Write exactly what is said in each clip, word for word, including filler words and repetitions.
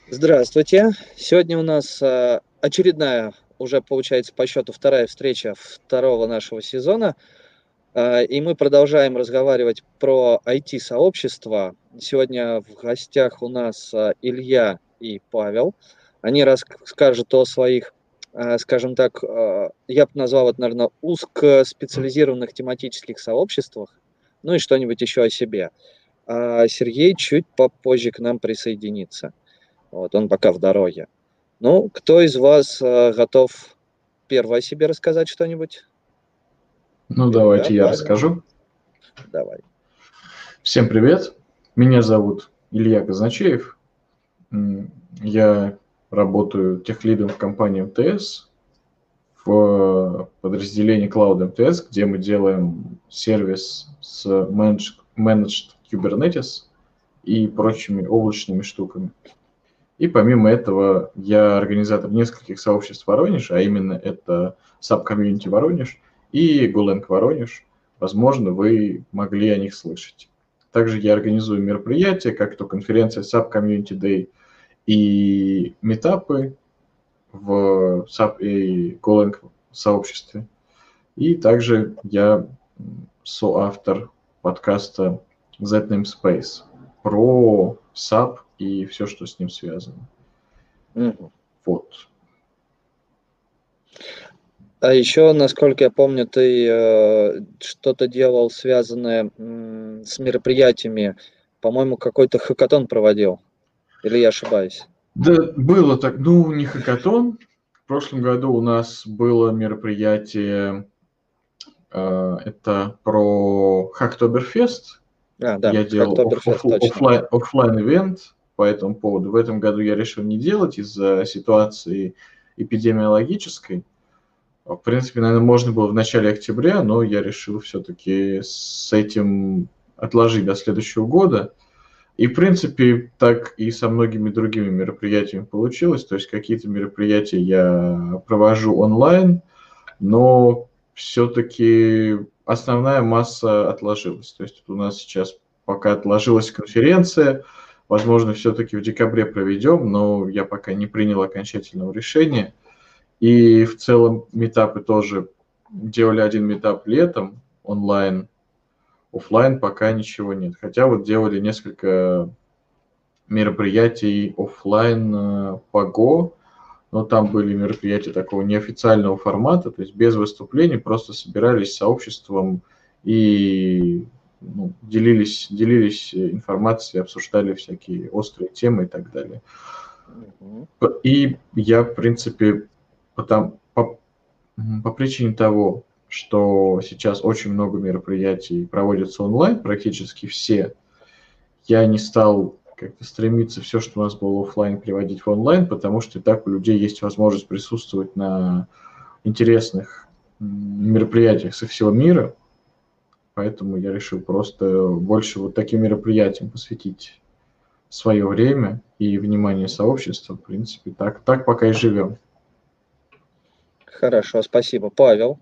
Здравствуйте. Сегодня у нас а, очередная, уже получается по счету вторая встреча второго нашего сезона. А, И мы продолжаем разговаривать про I T-сообщество. Сегодня в гостях у нас а, Илья и Павел. Они расскажут о своих, а, скажем так, а, я бы назвал это, наверное, узкоспециализированных тематических сообществах, ну и что-нибудь еще о себе. А Сергей чуть попозже к нам присоединится. Вот, он пока в дороге. Ну, кто из вас э, готов первый о себе рассказать что-нибудь? Ну, Илья, давайте я Павел? расскажу. Давай. Всем привет. Меня зовут Илья Казначеев. М, Я работаю техлидом в компании эм тэ эс в подразделении Cloud эм тэ эс, где мы делаем сервис с Managed, Managed Kubernetes и прочими облачными штуками. И помимо этого я организатор нескольких сообществ в Воронеже, а именно это Sub-Community Воронеж и Golang Воронеж. Возможно, вы могли о них слышать. Также я организую мероприятия, как то конференция Sub-Community Day и метапы в Sub и Golang сообществе. И также я соавтор подкаста Z-Namespace про Sub и все, что с ним связано. Мгм. Вот. А еще, насколько я помню, ты э, что-то делал, связанное м, с мероприятиями. По-моему, какой-то хакатон проводил. Или я ошибаюсь? Да, было так, ну, не хакатон. В прошлом году у нас было мероприятие, э, это про Хактоберфест. А, да, Я делал оф- Хактоберфест, оф- точно. оффлайн, оффлайн ивент по этому поводу. В этом году я решил не делать из-за ситуации эпидемиологической. В принципе, наверное, можно было в начале октября, но я решил все-таки с этим отложить до следующего года. И, в принципе, так и со многими другими мероприятиями получилось. То есть какие-то мероприятия я провожу онлайн, но все-таки основная масса отложилась. То есть у нас сейчас пока отложилась конференция, возможно, все-таки в декабре проведем, но я пока не принял окончательного решения. И в целом метапы тоже делали один метап летом онлайн, оффлайн пока ничего нет. Хотя вот делали несколько мероприятий оффлайн э, по Go, но там были мероприятия такого неофициального формата, то есть без выступлений, просто собирались с сообществом и ну, делились, делились информацией, обсуждали всякие острые темы и так далее. Мгм. И я, в принципе, потом, по, по причине того, что сейчас очень много мероприятий проводятся онлайн, практически все, я не стал как-то стремиться все, что у нас было оффлайн, переводить в онлайн, потому что и так у людей есть возможность присутствовать на интересных мероприятиях со всего мира, поэтому я решил просто больше вот таким мероприятиям посвятить свое время и внимание сообщества. В принципе, так, так пока и живем. Хорошо, спасибо. Павел.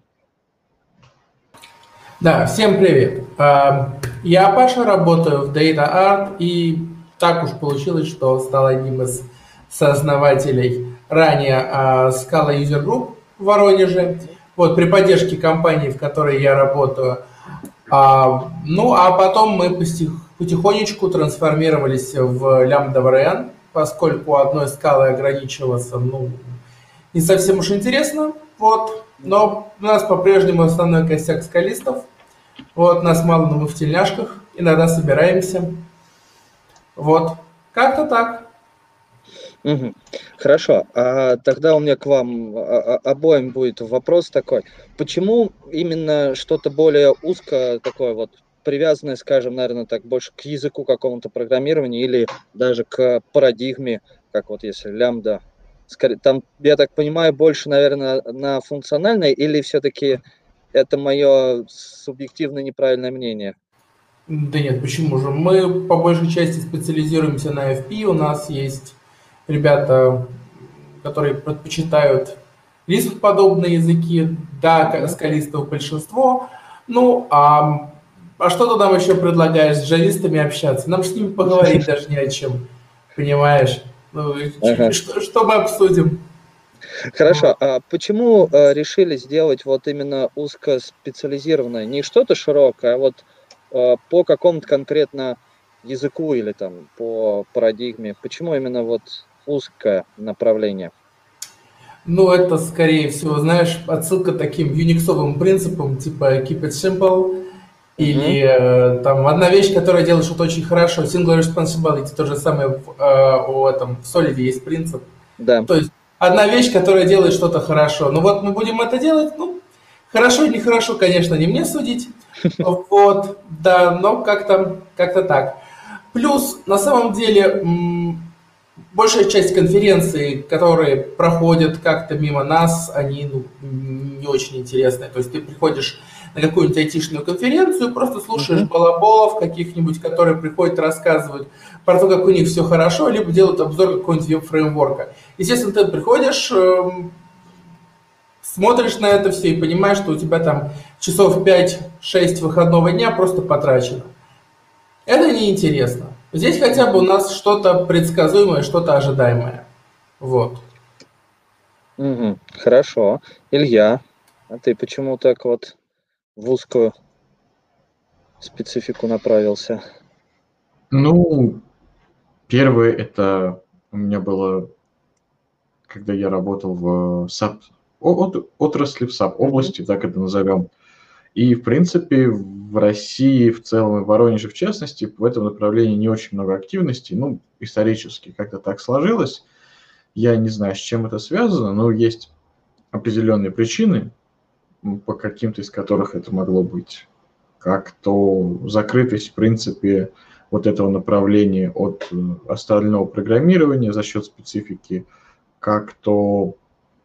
Да, всем привет. А, Я Паша, работаю в Data Art, и так уж получилось, что стал одним из сооснователей ранее а, Scala User Group в Воронеже. Вот, при поддержке компании, в которой я работаю. А, Ну, а потом мы постих- потихонечку трансформировались в Lambda ви эр эн, поскольку одной скалой ограничиваться, ну, не совсем уж интересно. Вот. Но у нас по-прежнему основной костяк скалистов. Вот, нас мало, но мы в тельняшках, иногда собираемся. Вот, как-то так. Мгм. Хорошо. А тогда у меня к вам а, а, обоим будет вопрос такой. Почему именно что-то более узкое, такое вот привязанное, скажем, наверное, так больше к языку какому-то программирования или даже к парадигме, как вот если лямбда, скорее, там, я так понимаю, больше, наверное, на функциональное или все-таки это мое субъективное неправильное мнение? Да нет, почему же? Мы по большей части специализируемся на эф пи. У нас есть ребята, которые предпочитают Lisp-подобные языки. Да, Мгм. скалистов большинство. Ну, а, а что ты нам еще предлагаешь с джавистами общаться? Нам с ними поговорить даже не о чем. Понимаешь? Ну, и Ага. что, что мы обсудим? Хорошо, а почему э, решили сделать вот именно узкоспециализированное, не что-то широкое, а вот э, по какому-то конкретно языку или там по парадигме? Почему именно вот узкое направление? Ну, это, скорее всего, знаешь, отсылка к таким юниксовым принципам, типа keep it simple, Мгм. или э, там одна вещь, которая делает что-то очень хорошо, single responsibility, то же самое в, э, у этом, в Solid есть принцип. Да. То есть одна вещь, которая делает что-то хорошо. Ну вот мы будем это делать, ну, хорошо или нехорошо, конечно, не мне судить. Вот, да, но как-то как так. Плюс, на самом деле, м, большая часть конференций, которые проходят как-то мимо нас, они ну, не очень интересные. То есть ты приходишь на какую-нибудь айтишную конференцию, просто слушаешь Мгм. балаболов каких-нибудь, которые приходят, рассказывают про то, как у них все хорошо, либо делают обзор какого-нибудь веб-фреймворка. Естественно, ты приходишь, эм, смотришь на это все и понимаешь, что у тебя там часов пять-шесть выходного дня просто потрачено. Это неинтересно. Здесь хотя бы у Мгм. нас что-то предсказуемое, что-то ожидаемое. Вот. Мгм. Хорошо. Илья, а ты почему так вот в узкую специфику направился? Ну, первое, это у меня было, когда я работал в SAP, о- от- отрасли, в SAP Мгм. области, так это назовем. И, в принципе, в России в целом и в Воронеже в частности в этом направлении не очень много активности. Ну, исторически как-то так сложилось. Я не знаю, с чем это связано, но есть определенные причины, м, по каким-то из которых это могло быть. Как то закрытость, в принципе, вот этого направления от э, остального программирования за счет специфики, как то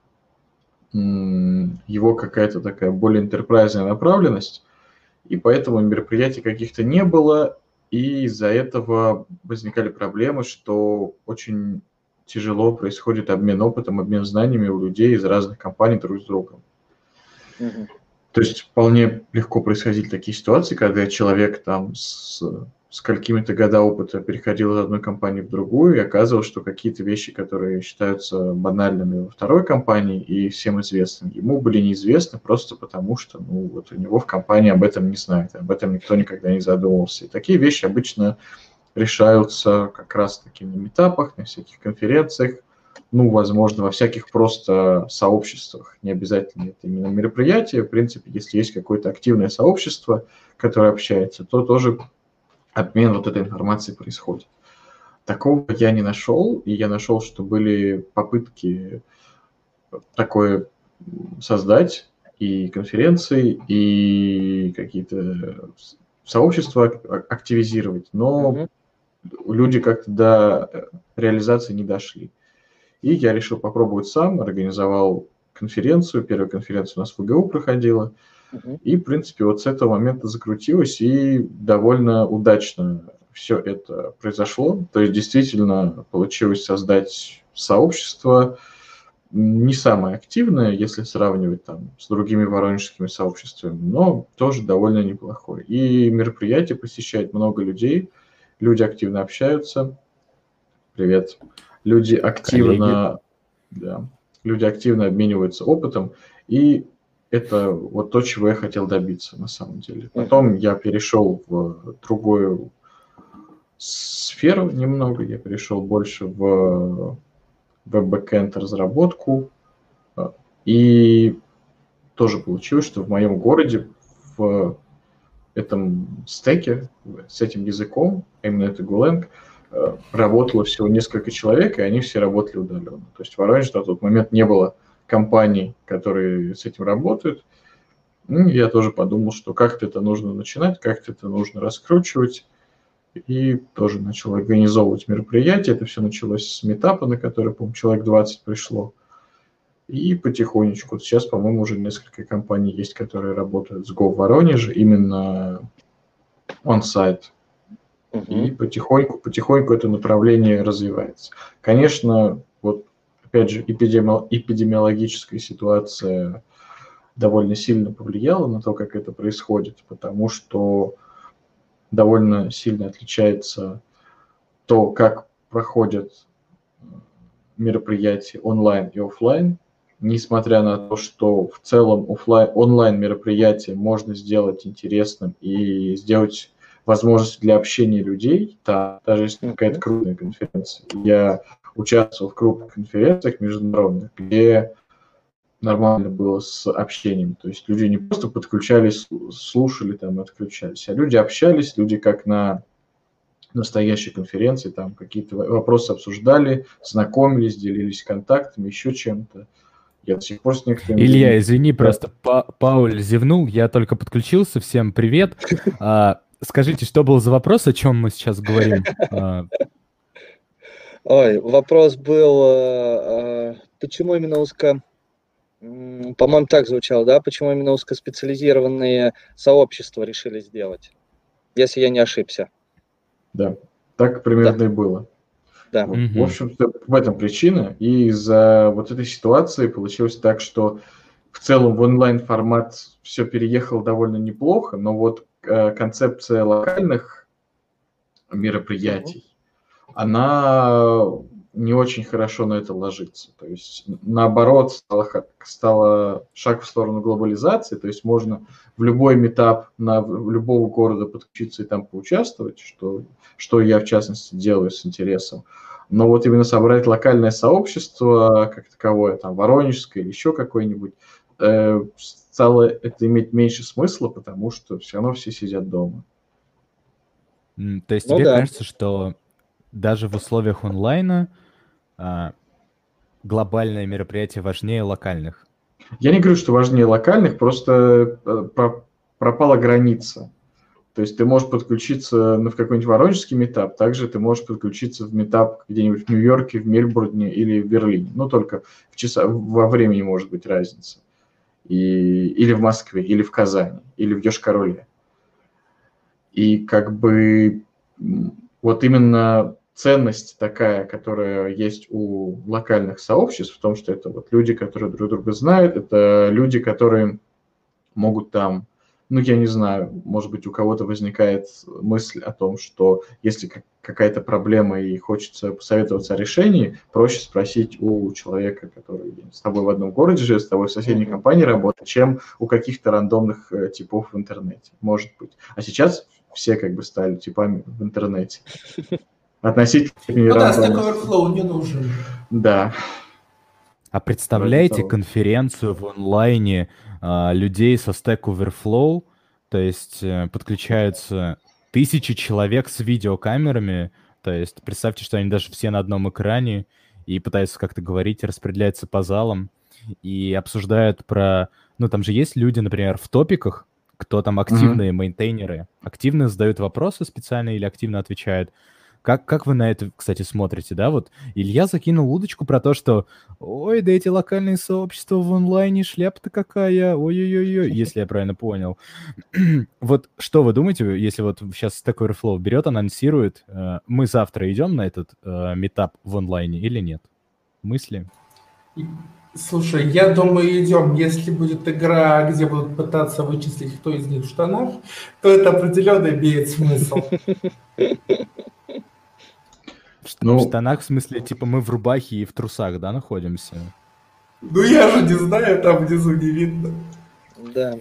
м, его какая-то такая более интерпрайзная направленность, и поэтому мероприятий каких-то не было, и из-за этого возникали проблемы, что очень тяжело происходит обмен опытом, обмен знаниями у людей из разных компаний друг с другом. Мгм. То есть вполне легко происходили такие ситуации, когда человек там с, с какими-то года опыта переходил из одной компании в другую, и оказывалось, что какие-то вещи, которые считаются банальными во второй компании и всем известными, ему были неизвестны просто потому, что ну, вот у него в компании об этом не знают, об этом никто никогда не задумывался. И такие вещи обычно решаются как раз-таки на митапах, на всяких конференциях, ну, возможно, во всяких просто сообществах. Не обязательно это именно мероприятие. В принципе, если есть какое-то активное сообщество, которое общается, то тоже обмен вот этой информацией происходит. Такого я не нашел, и я нашел, что были попытки такое создать, и конференции, и какие-то сообщества активизировать, но Мгм. люди как-то до реализации не дошли. И я решил попробовать сам, организовал конференцию. Первая конференция у нас в УГУ проходила. Мгм. И, в принципе, вот с этого момента закрутилось, и довольно удачно все это произошло. То есть, действительно, получилось создать сообщество, не самое активное, если сравнивать там с другими воронежскими сообществами, но тоже довольно неплохое. И мероприятие посещает много людей, люди активно общаются. Привет. Люди Коллеги, активно, да, люди активно обмениваются опытом, и это вот то, чего я хотел добиться на самом деле. Мгм. Потом я перешел в другую сферу немного, я перешел больше в веб-бэкэнд разработку, а, и тоже получилось, что в моем городе в этом стеке, с этим языком, а именно это Golang, э, работало всего несколько человек, и они все работали удаленно. То есть в Воронеже на тот момент не было компаний, которые с этим работают. Ну, я тоже подумал, что как-то это нужно начинать, как-то это нужно раскручивать, и тоже начал организовывать мероприятия. Это все началось с метапа, на который, по-моему, человек двадцать пришло. И потихонечку, вот сейчас, по-моему, уже несколько компаний есть, которые работают с Go в Воронеже, именно on-site. И Мгм. потихоньку, потихоньку это направление развивается. Конечно, вот опять же, эпидеми- эпидемиологическая ситуация довольно сильно повлияла на то, как это происходит, потому что довольно сильно отличается то, как проходят мероприятий онлайн и офлайн, несмотря на то, что в целом офлайн, онлайн мероприятие можно сделать интересным и сделать возможность для общения людей, да, даже если какая-то крупная конференция. Я участвовал в крупных конференциях международных, где нормально было с общением. То есть люди не просто подключались, слушали там и отключались, а люди общались, люди как на настоящей конференции, там какие-то вопросы обсуждали, знакомились, делились контактами, еще чем-то. Я до сих пор с некоторыми... Илья, людьми... извини, да. просто па- Пауль зевнул, я только подключился, всем привет. А, скажите, что был за вопрос, о чем мы сейчас говорим? Ой, вопрос был, почему именно узко... По-моему, так звучало, да? Почему именно узкоспециализированные сообщества решили сделать? Если я не ошибся. Да, так примерно да. и было. Да. Вот. Mm-hmm. В общем-то, в этом причина. И из-за вот этой ситуации получилось так, что в целом в онлайн-формат все переехало довольно неплохо, но вот э, концепция локальных мероприятий, mm-hmm. она не очень хорошо на это ложится. То есть, наоборот, стало, стало шаг в сторону глобализации, то есть можно в любой митап на в любого города подключиться и там поучаствовать, что, что я, в частности, делаю с интересом. Но вот именно собрать локальное сообщество, как таковое, там, воронежское или еще какое-нибудь, э, стало это иметь меньше смысла, потому что все равно все сидят дома. То есть ну, тебе да. кажется, что даже в условиях онлайна а, глобальное мероприятие важнее локальных? Я не говорю, что важнее локальных, просто про, пропала граница. То есть ты можешь подключиться ну, в какой-нибудь воронежский митап, также ты можешь подключиться в митап где-нибудь в Нью-Йорке, в Мельбурне или в Берлине. Ну, только в часа, во времени может быть разница. И, или в Москве, или в Казани, или в Йошкар-Оле. И как бы вот именно ценность такая, которая есть у локальных сообществ, в том, что это вот люди, которые друг друга знают, это люди, которые могут там, ну, я не знаю, может быть, у кого-то возникает мысль о том, что если какая-то проблема и хочется посоветоваться о решении, проще спросить у человека, который с тобой в одном городе живет, с тобой в соседней mm-hmm. компании работает, чем у каких-то рандомных типов в интернете, может быть. А сейчас все как бы стали типами в интернете. Относительно ну да, Stack Overflow не нужен. Да. А представляете конференцию в онлайне а, людей со Stack Overflow, то есть э, подключаются тысячи человек с видеокамерами, то есть представьте, что они даже все на одном экране и пытаются как-то говорить, распределяются по залам и обсуждают про... Ну, там же есть люди, например, в топиках, кто там активные mm-hmm. мейнтейнеры, активно задают вопросы специально или активно отвечают. Как, как вы на это, кстати, смотрите, да? Вот Илья закинул удочку про то, что ой, да эти локальные сообщества в онлайне, шляпа-то какая, ой-ой-ой, если я правильно понял. Вот что вы думаете, если вот сейчас Stack Overflow берет, анонсирует, э, мы завтра идем на этот э, митап в онлайне или нет? Мысли? Слушай, я думаю, идем. Если будет игра, где будут пытаться вычислить, кто из них в штанах, то это определенно имеет смысл. Ну, в штанах, в смысле, типа мы в рубахе и в трусах, да, находимся? Ну, я же не знаю, там внизу не видно. Да.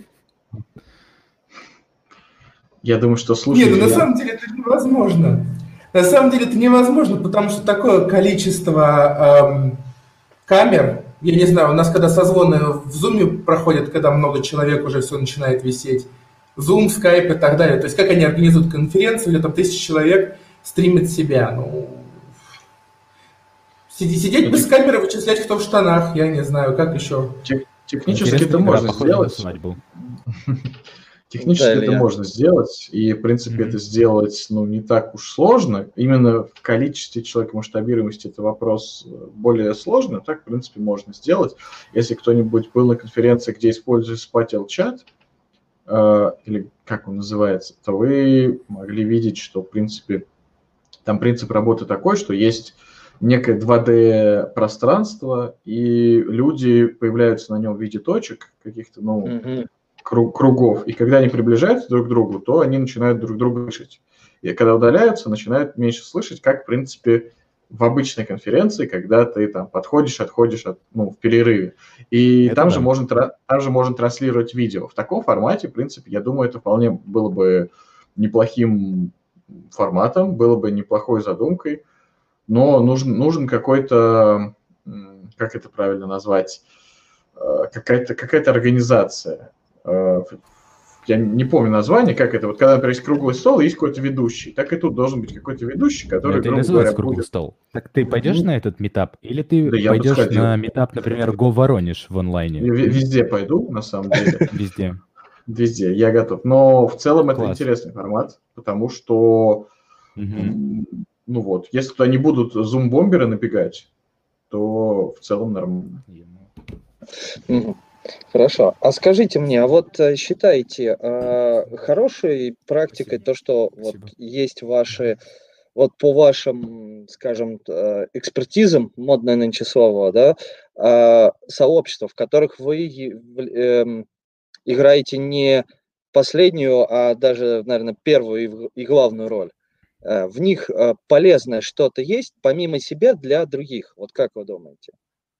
Я думаю, что слушать... Нет, ну, на самом деле это невозможно. На самом деле это невозможно, потому что такое количество эм, камер, я не знаю, у нас когда созвоны в Zoom проходят, когда много человек уже все начинает висеть, Zoom, Skype и так далее, то есть как они организуют конференцию, где там тысяча человек стримит себя, ну... Сидеть без камеры, вычислять, кто в штанах, я не знаю, как еще. Технически это можно сделать. Технически это можно сделать, и, в принципе, это сделать, ну, не так уж сложно. Именно в количестве человек масштабируемости это вопрос более сложный, так, в принципе, можно сделать. Если кто-нибудь был на конференции, где используется Spatial Chat, или как он называется, то вы могли видеть, что, в принципе, там принцип работы такой, что есть некое два дэ пространство, и люди появляются на нем в виде точек, каких-то, ну, mm-hmm. круг, кругов, и когда они приближаются друг к другу, то они начинают друг друга слышать. И когда удаляются, начинают меньше слышать, как, в принципе, в обычной конференции, когда ты там подходишь, отходишь от, ну, в перерыве. И там же, можно, там же можно транслировать видео. В таком формате, в принципе, я думаю, это вполне было бы неплохим форматом, было бы неплохой задумкой, но нужен, нужен какой-то, как это правильно назвать, какая-то, какая-то организация. Я не помню название, как это. Вот когда, например, есть круглый стол, есть какой-то ведущий. Так и тут должен быть какой-то ведущий, который, это грубо говоря, круглый будет... стол. Так ты пойдешь на этот митап? Или ты да пойдешь на митап, например, Go Воронеж в онлайне? Я везде пойду, на самом деле. Везде. Везде, я готов. Но в целом Класс. Это интересный формат, потому что, угу. ну вот, если туда не будут зум-бомберы набегать, то в целом нормально. Угу. Хорошо. А скажите мне, а вот считаете хорошей практикой то, что вот есть ваши, вот по вашим, скажем, экспертизам, модное нынче слово, да, сообщества, в которых вы играете не последнюю, а даже, наверное, первую и главную роль? В них полезное что-то есть, помимо себя, для других? Вот как вы думаете?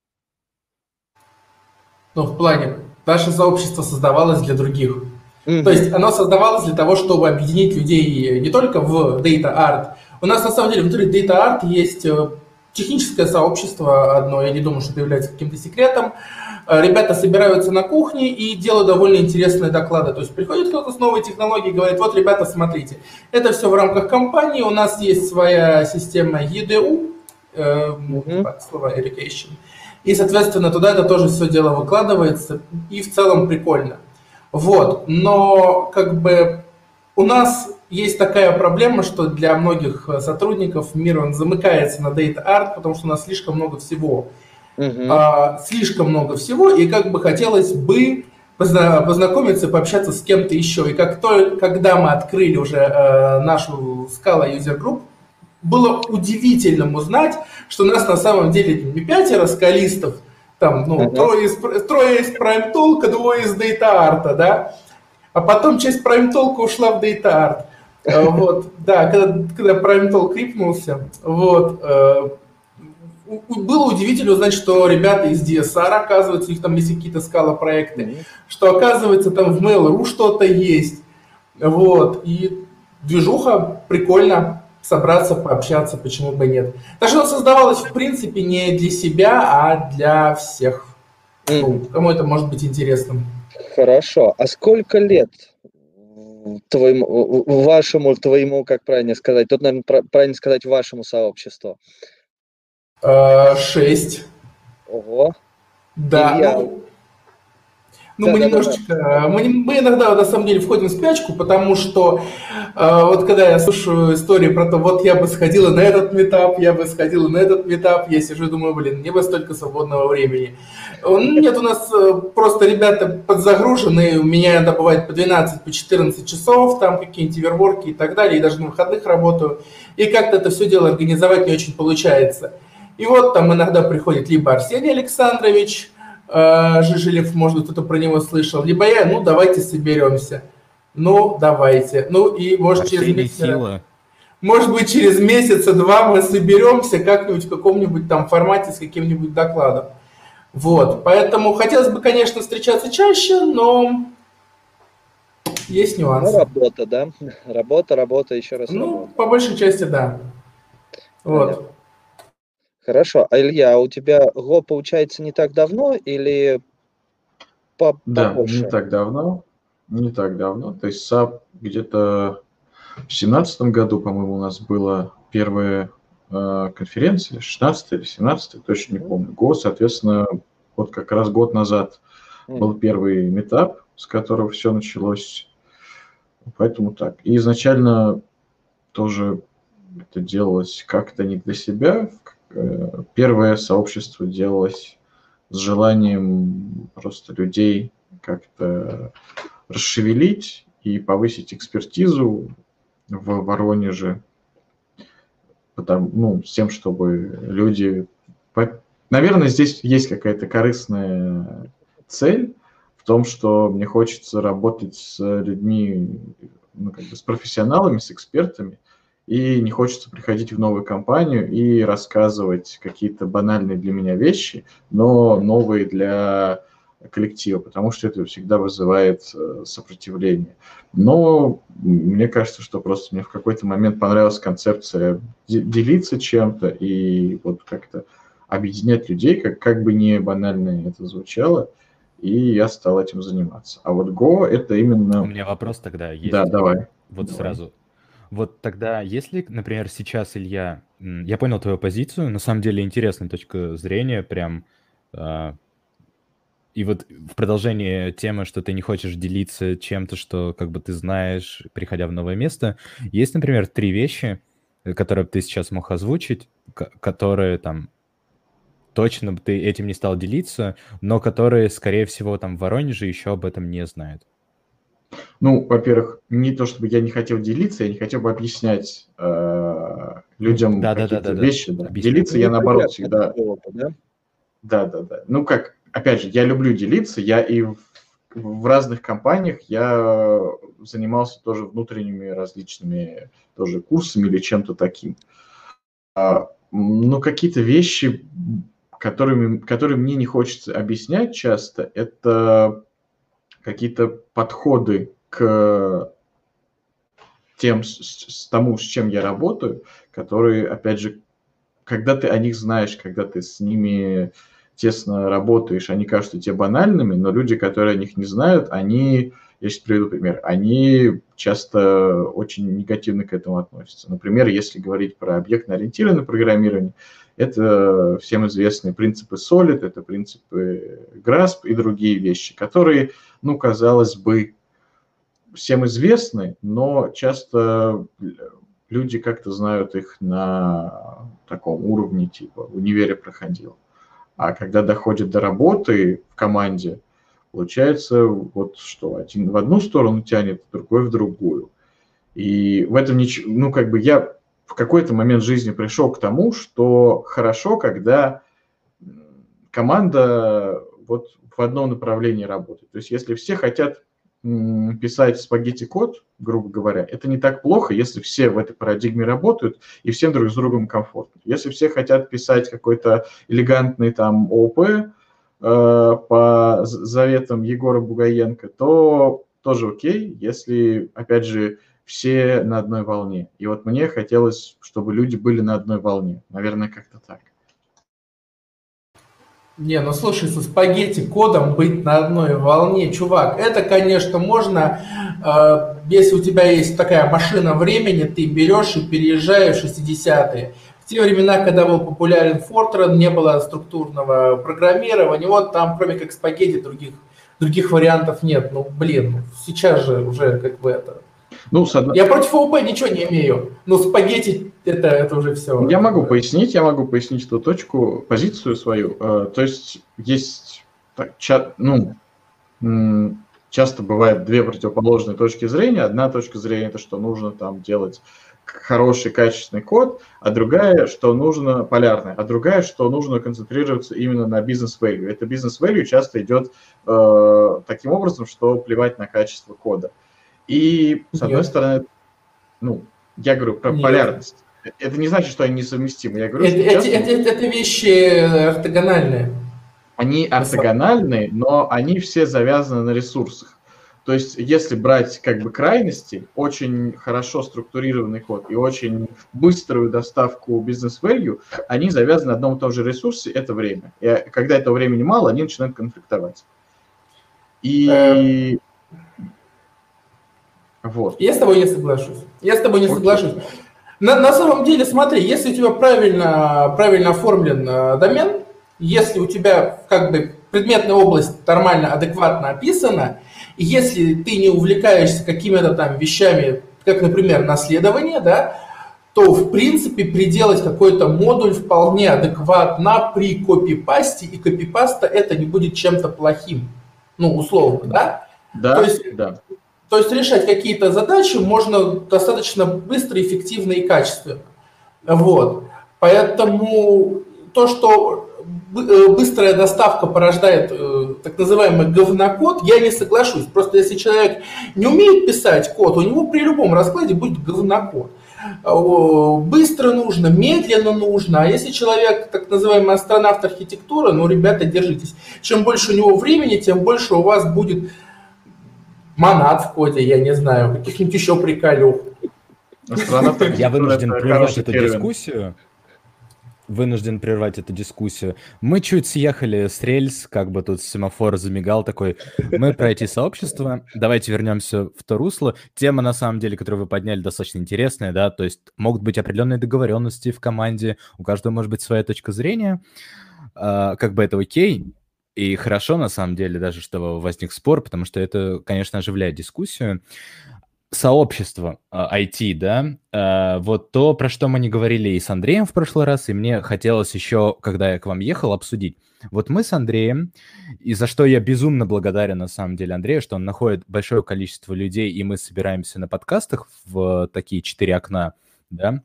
Ну, в плане, наше сообщество создавалось для других. Mm-hmm. То есть оно создавалось для того, чтобы объединить людей не только в Data Art. У нас, на самом деле, внутри Data Art есть техническое сообщество одно, я не думаю, что это является каким-то секретом. Ребята собираются на кухне и делают довольно интересные доклады. То есть приходит кто-то с новой технологией и говорит: вот, ребята, смотрите, это все в рамках компании, у нас есть своя система и ди ю, э, mm-hmm. слово education. И, соответственно, туда это тоже все дело выкладывается, и в целом прикольно. Вот, но как бы у нас есть такая проблема, что для многих сотрудников мир, он замыкается на Data Art, потому что у нас слишком много всего. Uh-huh. А, слишком много всего, и как бы хотелось бы познакомиться, пообщаться с кем-то еще. И как только, когда мы открыли уже э, нашу Scala User Group, было удивительным узнать, что у нас на самом деле не пятеро скалистов, там, ну, uh-huh. трое, из, трое из Prime Talk, двое из Data Art, да, а потом часть Prime Talk ушла в Data Art. Вот, да, когда, когда Prime Talk рипнулся, вот, было удивительно узнать, что ребята из ди эс ар, оказывается, у них там есть какие-то Scala проекты, mm-hmm. что, оказывается, там в Mail.ru что-то есть, вот, и движуха, прикольно собраться, пообщаться, почему бы нет. Так что оно создавалось, в принципе, не для себя, а для всех. Mm. Ну, кому это может быть интересным. Хорошо. А сколько лет твоему, вашему, твоему, как правильно сказать, тут, наверное, правильно сказать, вашему сообществу? Шесть. Ого. Да. Я... Ну, ну да, мы да, немножечко, да. Мы, мы иногда на самом деле входим в спячку, потому что э, вот когда я слушаю истории про то, вот я бы сходила на этот метап, я бы сходила на этот метап, я сижу и думаю, блин, не бы столько свободного времени. Нет, у нас просто ребята подзагружены, у меня иногда бывает по двенадцать, по четырнадцать часов, там какие-нибудь верворки и так далее, и даже на выходных работаю, и как-то это все дело организовать не очень получается. И вот там иногда приходит либо Арсений Александрович э, Жижилев, может, кто-то про него слышал, либо я, ну, давайте соберемся. Ну, давайте. Ну, и может Арсений через месяц... Сила. Может быть, через месяца-два мы соберемся как-нибудь в каком-нибудь там формате с каким-нибудь докладом. Вот, поэтому хотелось бы, конечно, встречаться чаще, но есть нюансы. Ну, работа, да? Работа, работа, еще раз Ну, работа. по большей части, да. Вот. Хорошо. А, Илья, а у тебя Го, получается, не так давно или по Да, побольше? не так давно. Не так давно. То есть САП где-то в семнадцатом году, по-моему, у нас была первая э, конференция, шестнадцатая или семнадцатая, точно не помню. Го, соответственно, вот как раз год назад mm. был первый митап, с которого все началось. Поэтому так. И изначально тоже это делалось как-то не для себя. Первое сообщество делалось с желанием просто людей как-то расшевелить и повысить экспертизу в Воронеже, потому, ну, с тем, чтобы люди... Наверное, здесь есть какая-то корыстная цель в том, что мне хочется работать с людьми, ну, как бы с профессионалами, с экспертами, и не хочется приходить в новую компанию и рассказывать какие-то банальные для меня вещи, но новые для коллектива, потому что это всегда вызывает сопротивление. Но мне кажется, что просто мне в какой-то момент понравилась концепция делиться чем-то и вот как-то объединять людей, как, как бы не банально это звучало, и я стал этим заниматься. А вот Go — это именно... У меня вопрос тогда есть. Да, давай. Вот давай. сразу. Вот тогда, если, например, сейчас, Илья, я понял твою позицию, на самом деле интересная точка зрения, прям... Э, и вот в продолжении темы, что ты не хочешь делиться чем-то, что как бы ты знаешь, приходя в новое место, есть, например, три вещи, которые ты сейчас мог озвучить, которые там точно ты этим не стал делиться, но которые, скорее всего, там в Воронеже еще об этом не знают. Ну, во-первых, не то чтобы я не хотел делиться, я не хотел бы объяснять э, людям да, какие-то да, да, вещи. да. Да. Делиться Ну, я, наоборот, понятно, всегда... было, да? Да, да, да. Ну, как, опять же, я люблю делиться, я и в, в разных компаниях я занимался тоже внутренними различными тоже курсами или чем-то таким. А, ну, какие-то вещи, которыми, которые мне не хочется объяснять часто, это какие-то подходы к тем, с, с тому, с чем я работаю, которые, опять же, когда ты о них знаешь, когда ты с ними тесно работаешь, они кажутся тебе банальными, но люди, которые о них не знают, они, я сейчас приведу пример, они часто очень негативно к этому относятся. Например, если говорить про объектно-ориентированное программирование, это всем известные принципы Solid, это принципы Grasp и другие вещи, которые, ну, казалось бы, всем известны, но часто люди как-то знают их на таком уровне, типа в универе проходил. А когда доходит до работы в команде, получается вот что, один в одну сторону тянет, другой в другую. И в этом ничего, ну как бы я в какой-то момент жизни пришел к тому, что хорошо, когда команда вот в одном направлении работает. То есть если все хотят писать спагетти-код, грубо говоря, это не так плохо, если все в этой парадигме работают и всем друг с другом комфортно. Если все хотят писать какой-то элегантный там ООП э, по заветам Егора Бугаенко, то тоже окей, если, опять же, все на одной волне. И вот мне хотелось, чтобы люди были на одной волне. Наверное, как-то так. Не, ну слушай, со спагетти кодом быть на одной волне, чувак, это, конечно, можно, э, если у тебя есть такая машина времени, ты берешь и переезжаешь в шестидесятые. В те времена, когда был популярен Fortran, не было структурного программирования, вот там, кроме как спагетти, других, других вариантов нет. Ну, блин, сейчас же уже как бы это... Ну, с одной... Я против ООП ничего не имею, но спагетти это, это уже все. Я могу пояснить, я могу пояснить эту точку, позицию свою. То есть есть, так, ча, ну, часто бывает две противоположные точки зрения. Одна точка зрения – это что нужно там делать хороший, качественный код, а другая, что нужно полярная, а другая, что нужно концентрироваться именно на бизнес-value. Это бизнес-value часто идет э, таким образом, что плевать на качество кода. И, с одной Нет. стороны, ну, я говорю про Нет. полярность. Это не значит, что они несовместимы. Я говорю, это, что часто... это, это, это вещи ортогональные. Они ортогональные, но они все завязаны на ресурсах. То есть, если брать как бы крайности, очень хорошо структурированный код и очень быструю доставку бизнес-value, они завязаны на одном и том же ресурсе, это время. И когда этого времени мало, они начинают конфликтовать. И... Вот. Я с тобой не соглашусь. Я с тобой не Окей. соглашусь. На, на самом деле, смотри, если у тебя правильно, правильно оформлен э, домен, если у тебя как бы предметная область нормально, адекватно описана, и если ты не увлекаешься какими-то там вещами, как, например, наследование, да, то, в принципе, приделать какой-то модуль вполне адекватно при копипасте, и копипаста это не будет чем-то плохим, ну, условно, да? Да, то есть, да. То есть решать какие-то задачи можно достаточно быстро, эффективно и качественно. Вот. Поэтому то, что быстрая доставка порождает э, так называемый говнокод, я не соглашусь. Просто если человек не умеет писать код, у него при любом раскладе будет говнокод. быстро нужно, медленно нужно. А если человек, так называемый астронавт архитектуры, ну, ребята, держитесь. Чем больше у него времени, тем больше у вас будет монад в коде, я не знаю, каких-нибудь еще приколюх. Я вынужден прервать эту дискуссию. Вынужден прервать эту дискуссию. Мы чуть съехали с рельс, как бы тут семафор замигал такой. Мы про ай ти-сообщество. Давайте вернемся в то русло. Тема, на самом деле, которую вы подняли, достаточно интересная, да, то есть могут быть определенные договоренности в команде, у каждого может быть своя точка зрения. А, как бы это окей. И хорошо, на самом деле, даже, что возник спор, потому что это, конечно, оживляет дискуссию. Сообщество ай ти, да, э, вот то, про что мы не говорили и с Андреем в прошлый раз, и мне хотелось еще, когда я к вам ехал, обсудить. Вот мы с Андреем, и за что я безумно благодарен, на самом деле, Андрею, что он находит большое количество людей, и мы собираемся на подкастах в такие четыре окна, да.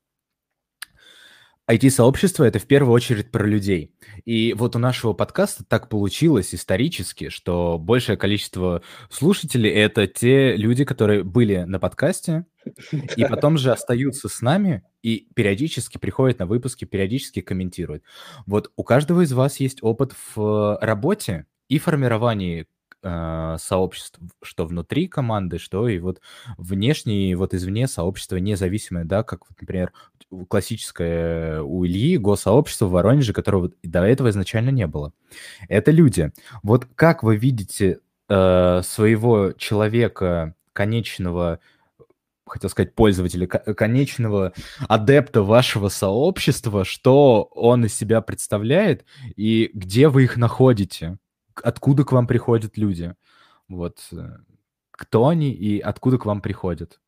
ай ти-сообщество — это в первую очередь про людей. И вот у нашего подкаста так получилось исторически, что большее количество слушателей — это те люди, которые были на подкасте, и потом же остаются с нами и периодически приходят на выпуски, периодически комментируют. Вот у каждого из вас есть опыт в работе и формировании э, сообществ, что внутри команды, что и вот внешне, и вот извне сообщество независимое, да, как, вот, например, классическое у Ильи госсообщество в Воронеже, которого до этого изначально не было. Это люди. Вот как вы видите э, своего человека, конечного, хотел сказать, пользователя, конечного адепта вашего сообщества, что он из себя представляет и где вы их находите? Откуда к вам приходят люди? Вот. Кто они и откуда к вам приходят?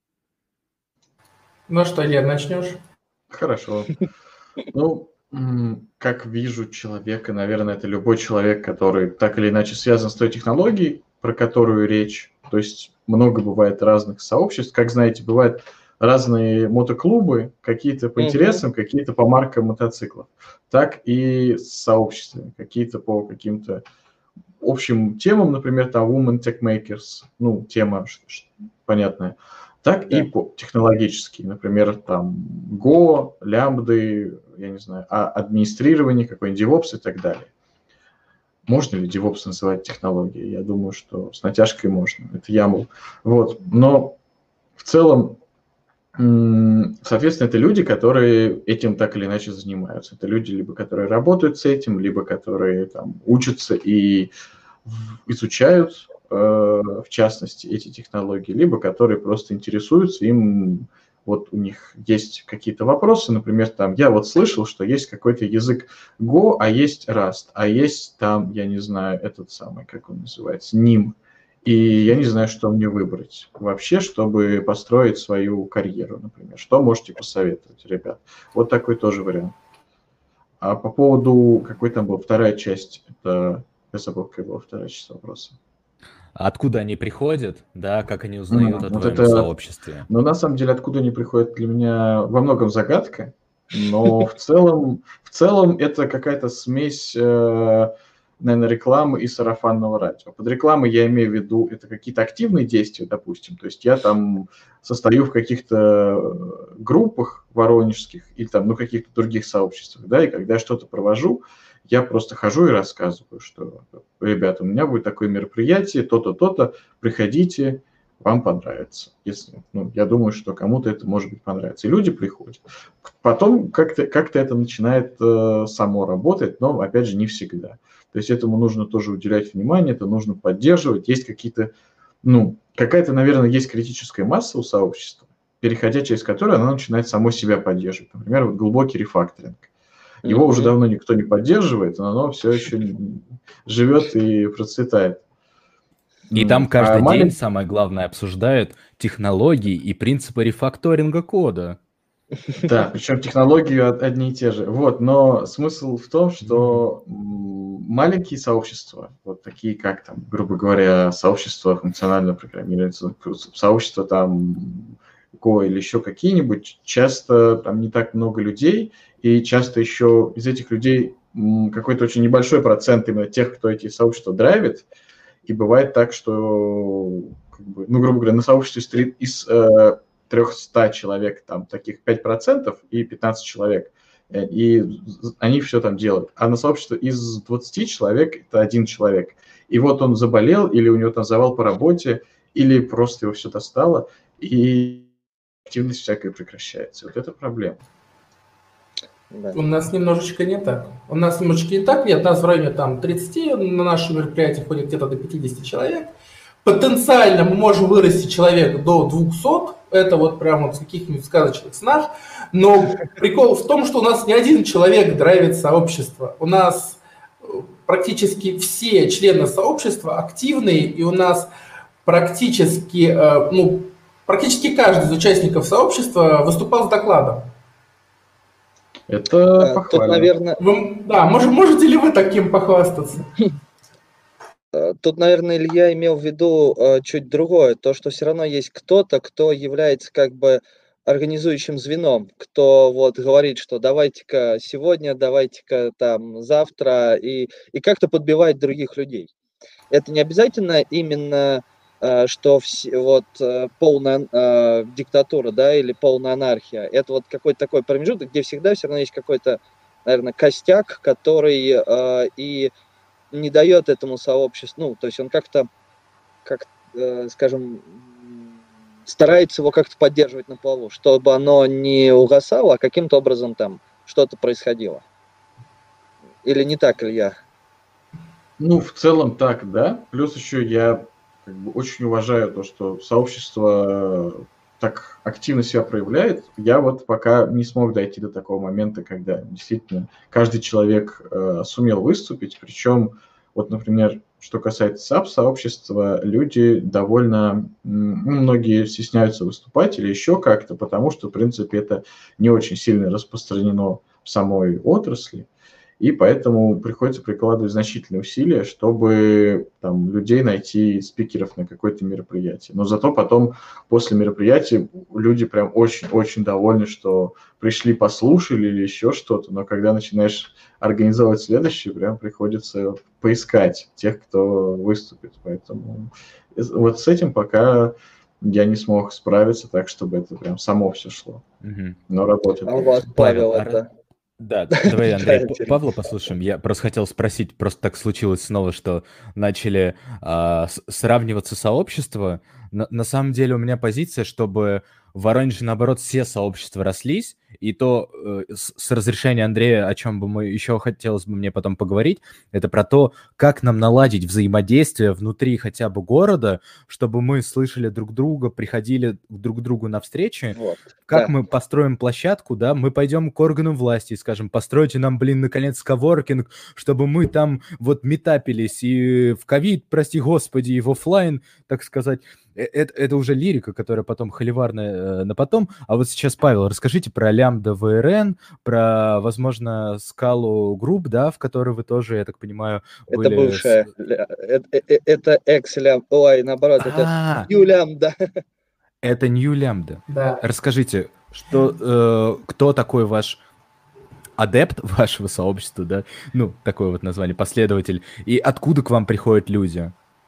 Ну что, Лер, начнешь? Хорошо. Ну, как вижу человека, наверное, это любой человек, который так или иначе связан с той технологией, про которую речь. То есть много бывает разных сообществ. Как знаете, бывают разные мотоклубы, какие-то по интересам, uh-huh. какие-то по маркам мотоциклов. Так и с сообществами, какие-то по каким-то общим темам, например, там Women Tech Makers, ну, тема понятная. Так да. И по технологически, например, там Go, лямбды, я не знаю, а администрирование, какой-нибудь DevOps и так далее. Можно ли DevOps называть технологией? Я думаю, что с натяжкой можно. Это ямл. Вот. Но в целом, соответственно, это люди, которые этим так или иначе занимаются. Это люди, либо которые работают с этим, либо которые там учатся и изучают, в частности, эти технологии, либо которые просто интересуются, им вот у них есть какие-то вопросы, например, там, я вот слышал, что есть какой-то язык Go, а есть Rust, а есть там, я не знаю, этот самый, как он называется, ним, и я не знаю, что мне выбрать вообще, чтобы построить свою карьеру, например. Что можете посоветовать, ребят? Вот такой тоже вариант. А по поводу, какой там была вторая часть, это, я забыл, какая была вторая часть вопроса. Откуда они приходят, да, как они узнают mm, о вот твоем это, сообществе? Ну, на самом деле, откуда они приходят, для меня во многом загадка, но в целом, в целом это какая-то смесь, наверное, рекламы и сарафанного радио. Под рекламой я имею в виду, это какие-то активные действия, допустим, то есть я там состою в каких-то группах воронежских или там, ну, каких-то других сообществах, да, и когда я что-то провожу, я просто хожу и рассказываю, что, ребята, у меня будет такое мероприятие, то-то, то-то, приходите, вам понравится. Если, ну, я думаю, что кому-то это, может быть, понравится. И люди приходят. Потом как-то, как-то это начинает э, само работать, но, опять же, не всегда. То есть этому нужно тоже уделять внимание, это нужно поддерживать. Есть какие-то, ну, какая-то, наверное, есть критическая масса у сообщества, переходя через которую она начинает само себя поддерживать. Например, вот глубокий рефакторинг. Его mm-hmm. уже давно никто не поддерживает, но оно все еще живет и процветает. И там каждый а день, малень... самое главное, обсуждают технологии и принципы рефакторинга кода. Да, причем технологии одни и те же. Вот, но смысл в том, что маленькие сообщества, вот такие как там, грубо говоря, сообщества функционального программирования, сообщества там Go или еще какие-нибудь, часто там не так много людей, и часто еще из этих людей какой-то очень небольшой процент именно тех, кто эти сообщества драйвит. И бывает так, что, как бы, ну, грубо говоря, на сообществе из триста человек, там таких пять процентов и пятнадцать человек. И они все там делают. А на сообщество из двадцати человек это один человек. И вот он заболел, или у него там завал по работе, или просто его все достало, и активность всякая прекращается. Вот это проблема. Да. У нас немножечко не так. У нас немножечко не так. Нет, у нас в районе там тридцати, на наши мероприятия ходит где-то до пятидесяти человек. Потенциально мы можем вырасти человек до двухсот, это вот прямо вот с каких-нибудь сказочных снах, но прикол в том, что у нас не один человек драйвит сообщество, у нас практически все члены сообщества активные, и у нас практически, ну, практически каждый из участников сообщества выступал с докладом. Это похвально. Тут, наверное... Вы, да, мож, можете ли вы таким похвастаться? Тут, наверное, Илья имел в виду э, чуть другое, то, что все равно есть кто-то, кто является как бы организующим звеном, кто вот говорит, что давайте-ка сегодня, давайте-ка там завтра, и, и как-то подбивает других людей. Это не обязательно именно, э, что все, вот э, полная э, диктатура, да, или полная анархия. Это вот какой-то такой промежуток, где всегда все равно есть какой-то, наверное, костяк, который э, и не дает этому сообществу, ну, то есть он как-то, как, э, скажем, старается его как-то поддерживать на плаву, чтобы оно не угасало, а каким-то образом там что-то происходило. Или не так, Илья? Ну, в целом так, да. Плюс еще я как бы очень уважаю то, что сообщество так активно себя проявляет. Я вот пока не смог дойти до такого момента, когда действительно каждый человек э, сумел выступить. Причем, вот, например, что касается саб-сообщества, люди довольно, ну, многие стесняются выступать или еще как-то, потому что, в принципе, это не очень сильно распространено в самой отрасли. И поэтому приходится прикладывать значительные усилия, чтобы там, людей найти, спикеров на какое-то мероприятие. Но зато потом, после мероприятия, люди прям очень-очень довольны, что пришли, послушали или еще что-то. Но когда начинаешь организовывать следующее, прям приходится поискать тех, кто выступит. Поэтому вот с этим пока я не смог справиться так, чтобы это прям само все шло. Угу. Но работает. А у вас, Павел, это... Да, давай, Андрей, Павла послушаем. Я просто хотел спросить, просто так случилось снова, что начали а, с- сравниваться сообщества. На, на самом деле у меня позиция, чтобы в Воронеже, наоборот, все сообщества рослись, и то э, с, с разрешения Андрея, о чем бы мы еще хотелось бы мне потом поговорить, это про то, как нам наладить взаимодействие внутри хотя бы города, чтобы мы слышали друг друга, приходили друг к другу на встречи. Вот, как да. мы построим площадку, да, мы пойдем к органам власти и скажем, постройте нам, блин, наконец, коворкинг, чтобы мы там вот метапились и в ковид, прости господи, и в офлайн, так сказать. Это, это уже лирика, которая потом холиварная э, на потом. А вот сейчас, Павел, расскажите про Лямбда вэ эр эн, про, возможно, скалу групп, да, в которой вы тоже, я так понимаю, были... Это бывшая. С... Это, это экс-лямбда. Ой, наоборот, это New лямбда. Это New лямбда. Да. Расскажите, что, э, кто такой ваш адепт вашего сообщества, да? Ну, такое вот название, последователь. И откуда к вам приходят люди?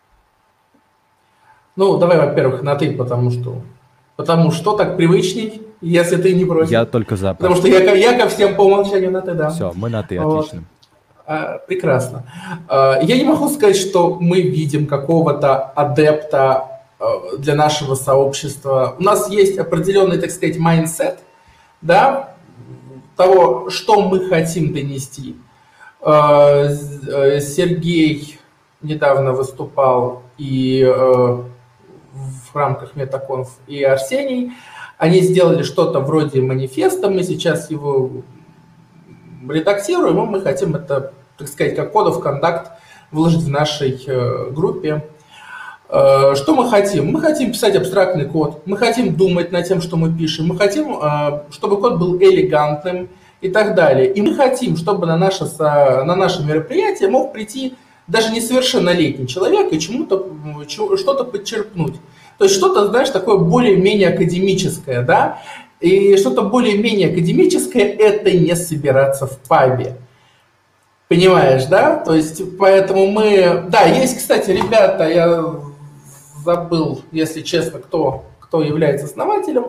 Ну, давай, во-первых, на «ты», потому что, потому что так привычней, если ты не против. Я только за. Потому что я, я ко всем по умолчанию на «ты», да. Все, мы на «ты», вот. отлично. А, прекрасно. А, я не могу сказать, что мы видим какого-то адепта а, для нашего сообщества. У нас есть определенный, так сказать, майндсет, да, того, что мы хотим донести. А, Сергей недавно выступал и... в рамках Метаконф, и Арсений. Они сделали что-то вроде манифеста, мы сейчас его редактируем, и мы хотим это, так сказать, как код of conduct выложить в нашей э, группе. Э, что мы хотим? Мы хотим писать абстрактный код, мы хотим думать над тем, что мы пишем, мы хотим, э, чтобы код был элегантным и так далее. И мы хотим, чтобы на наше, на наше мероприятие мог прийти даже несовершеннолетний человек и чему-то, что-то подчеркнуть. То есть что-то, знаешь, такое более-менее академическое, да? И что-то более-менее академическое – это не собираться в пабе. Понимаешь, да? То есть поэтому мы… Да, есть, кстати, ребята, я забыл, если честно, кто, кто является основателем.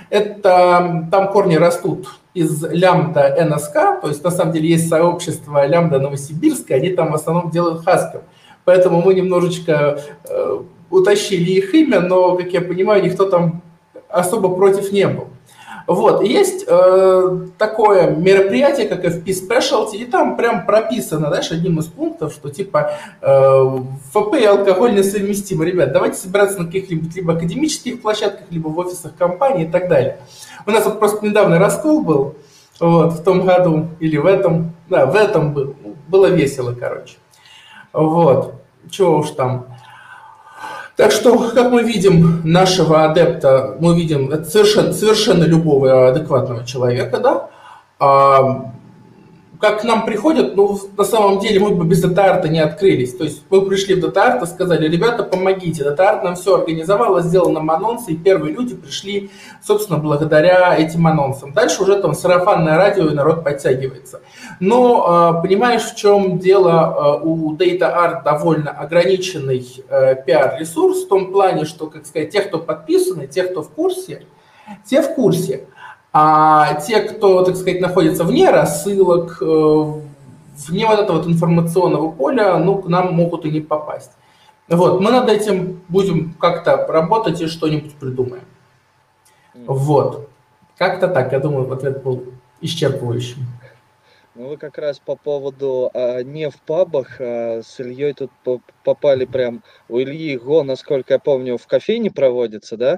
Это там корни растут из лямбда эн эс ка, то есть на самом деле есть сообщество лямбда новосибирское, они там в основном делают Haskell. Поэтому мы немножечко э, утащили их имя, но, как я понимаю, никто там особо против не был. Вот, и есть э, такое мероприятие, как эф пи Specialty, и там прям прописано, знаешь, одним из пунктов, что типа э, эф пи и алкоголь несовместимы. Ребят, давайте собираться на каких-либо либо академических площадках, либо в офисах компании и так далее. У нас вот просто недавно раскол был, вот, в том году, или в этом, да, в этом был, было весело, короче. Вот, чего уж там. Так что, как мы видим нашего адепта, мы видим это совершенно, совершенно любого адекватного человека, да, а, как к нам приходят, ну, на самом деле мы бы без DataArt не открылись. То есть мы пришли в DataArt и сказали, ребята, помогите. DataArt нам все организовало, сделал нам анонсы, и первые люди пришли, собственно, благодаря этим анонсам. Дальше уже там сарафанное радио, и народ подтягивается. Но понимаешь, в чем дело, у DataArt довольно ограниченный пиар-ресурс, в том плане, что, как сказать, те, кто подписаны, те, кто в курсе, те в курсе. А те, кто, так сказать, находится вне рассылок, вне вот этого вот информационного поля, ну, к нам могут и не попасть. Вот, мы над этим будем как-то работать и что-нибудь придумаем. Вот. Как-то так, я думаю, ответ был исчерпывающим. Ну, вы как раз по поводу а, не в пабах, а с Ильей тут попали прям, у Ильи Го, насколько я помню, в кофейне проводится, да?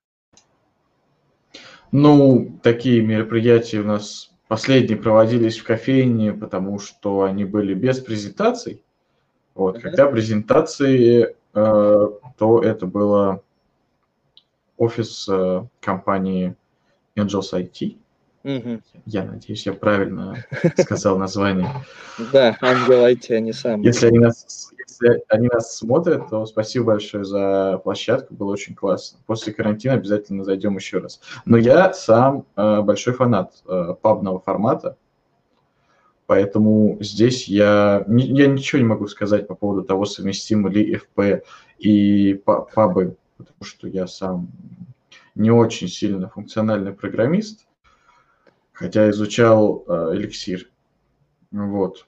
Ну, такие мероприятия у нас последние проводились в кофейне, потому что они были без презентаций. Вот, uh-huh. Когда презентации, э, то это было офис э, компании Angels ай ти. Uh-huh. Я надеюсь, я правильно сказал название. Да, Angel ай ти, они сами. Если они нас, если они нас смотрят, то спасибо большое за площадку, было очень классно. После карантина обязательно зайдем еще раз. Но я сам э, большой фанат э, пабного формата, поэтому здесь я, я ничего не могу сказать по поводу того, совместимы ли эф пи и пабы, потому что я сам не очень сильно функциональный программист, хотя изучал э, эликсир. Вот.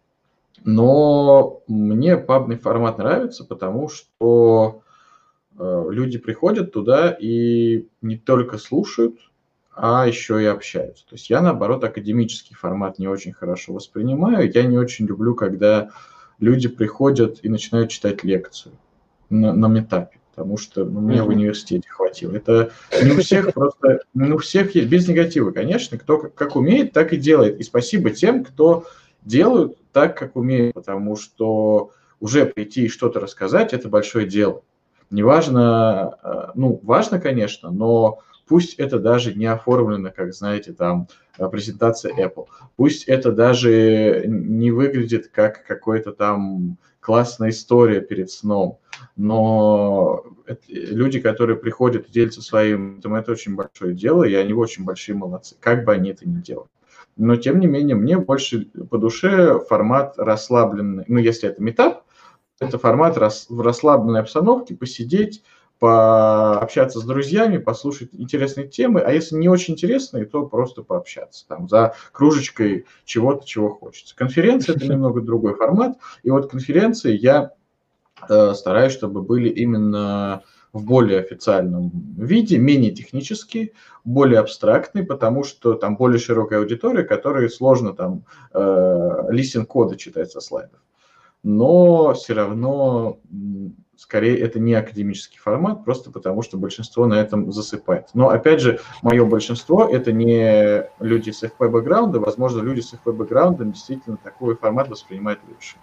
Но мне пабный формат нравится, потому что э, люди приходят туда и не только слушают, а еще и общаются. То есть я, наоборот, академический формат не очень хорошо воспринимаю. Я не очень люблю, когда люди приходят и начинают читать лекцию на, на метапе, потому что ну, мне в университете хватило. Это не у всех просто, не у всех есть, без негатива, конечно, кто как умеет, так и делает. И спасибо тем, кто делают так, как умеют, потому что уже прийти и что-то рассказать – это большое дело. Неважно, ну, важно, конечно, но пусть это даже не оформлено, как, знаете, там, презентация Apple. Пусть это даже не выглядит как какой-то там классная история перед сном, но это, люди, которые приходят и делятся своим, это очень большое дело, и они очень большие молодцы, как бы они это ни делали. Но, тем не менее, мне больше по душе формат расслабленный. Ну, если это митап, это формат рас, в расслабленной обстановке, посидеть, пообщаться с друзьями, послушать интересные темы. А если не очень интересные, то просто пообщаться там за кружечкой чего-то, чего хочется. Конференция – это немного другой формат. И вот конференции я э, стараюсь, чтобы были именно в более официальном виде, менее технические, более абстрактные, потому что там более широкая аудитория, которой сложно там э, листинг кода читать со слайдов. Но все равно, скорее, это не академический формат, просто потому что большинство на этом засыпает. Но, опять же, мое большинство – это не люди с эф пи-бэкграундом, возможно, люди с эф пи-бэкграундом действительно такой формат воспринимают лучше.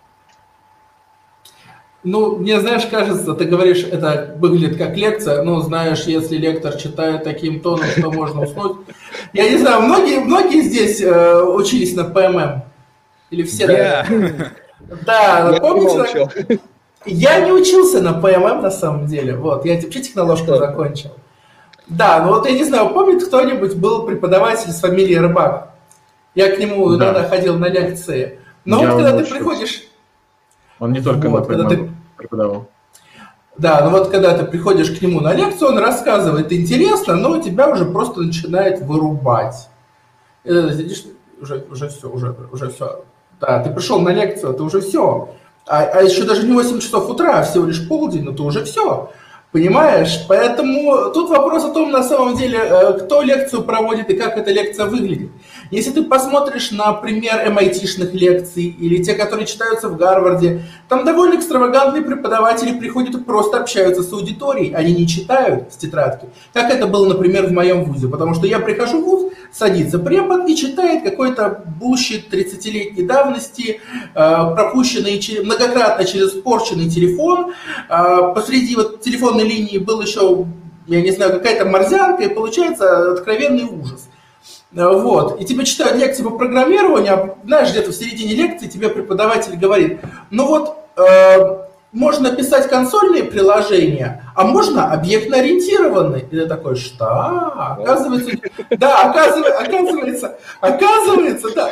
Ну, мне, знаешь, кажется, ты говоришь, это выглядит как лекция, но, знаешь, если лектор читает таким тоном, что можно уснуть. Я не знаю, многие, многие здесь э, учились на пи эм эм? Или все? Yeah. Да, я помните? Я не учился на пи эм эм на самом деле, вот, я вообще техноложку что? закончил. Да, ну вот я не знаю, помнит кто-нибудь был преподаватель с фамилией Рыбак? Я к нему да. иногда ходил на лекции. Но я вот когда ты приходишь... Он не только вот, на пи эм эм ты... преподавал. Да, ну вот когда ты приходишь к нему на лекцию, он рассказывает интересно, но тебя уже просто начинает вырубать. И ты сидишь, уже, уже все, уже, уже все. Да, ты пришел на лекцию, ты уже все. А, а еще даже не восемь часов утра, а всего лишь полдень, но ты уже все. Понимаешь? Поэтому тут вопрос о том, на самом деле, кто лекцию проводит и как эта лекция выглядит. Если ты посмотришь на пример эм ай ти-шных лекций или те, которые читаются в Гарварде, там довольно экстравагантные преподаватели приходят и просто общаются с аудиторией, они не читают с тетрадки. Как это было, например, в моем вузе, потому что я прихожу в вуз, садится препод и читает какой-то булщит тридцатилетней давности, пропущенный многократно через порченный телефон. Посреди вот телефонной линии был еще, я не знаю, какая-то морзянка, и получается откровенный ужас. Вот. И тебе читают лекции по программированию, а знаешь, где-то в середине лекции тебе преподаватель говорит, ну вот, э, можно писать консольные приложения, а можно объектно-ориентированные. И ты такой, что? Оказывается, да, оказывается, оказывается, оказывается, да.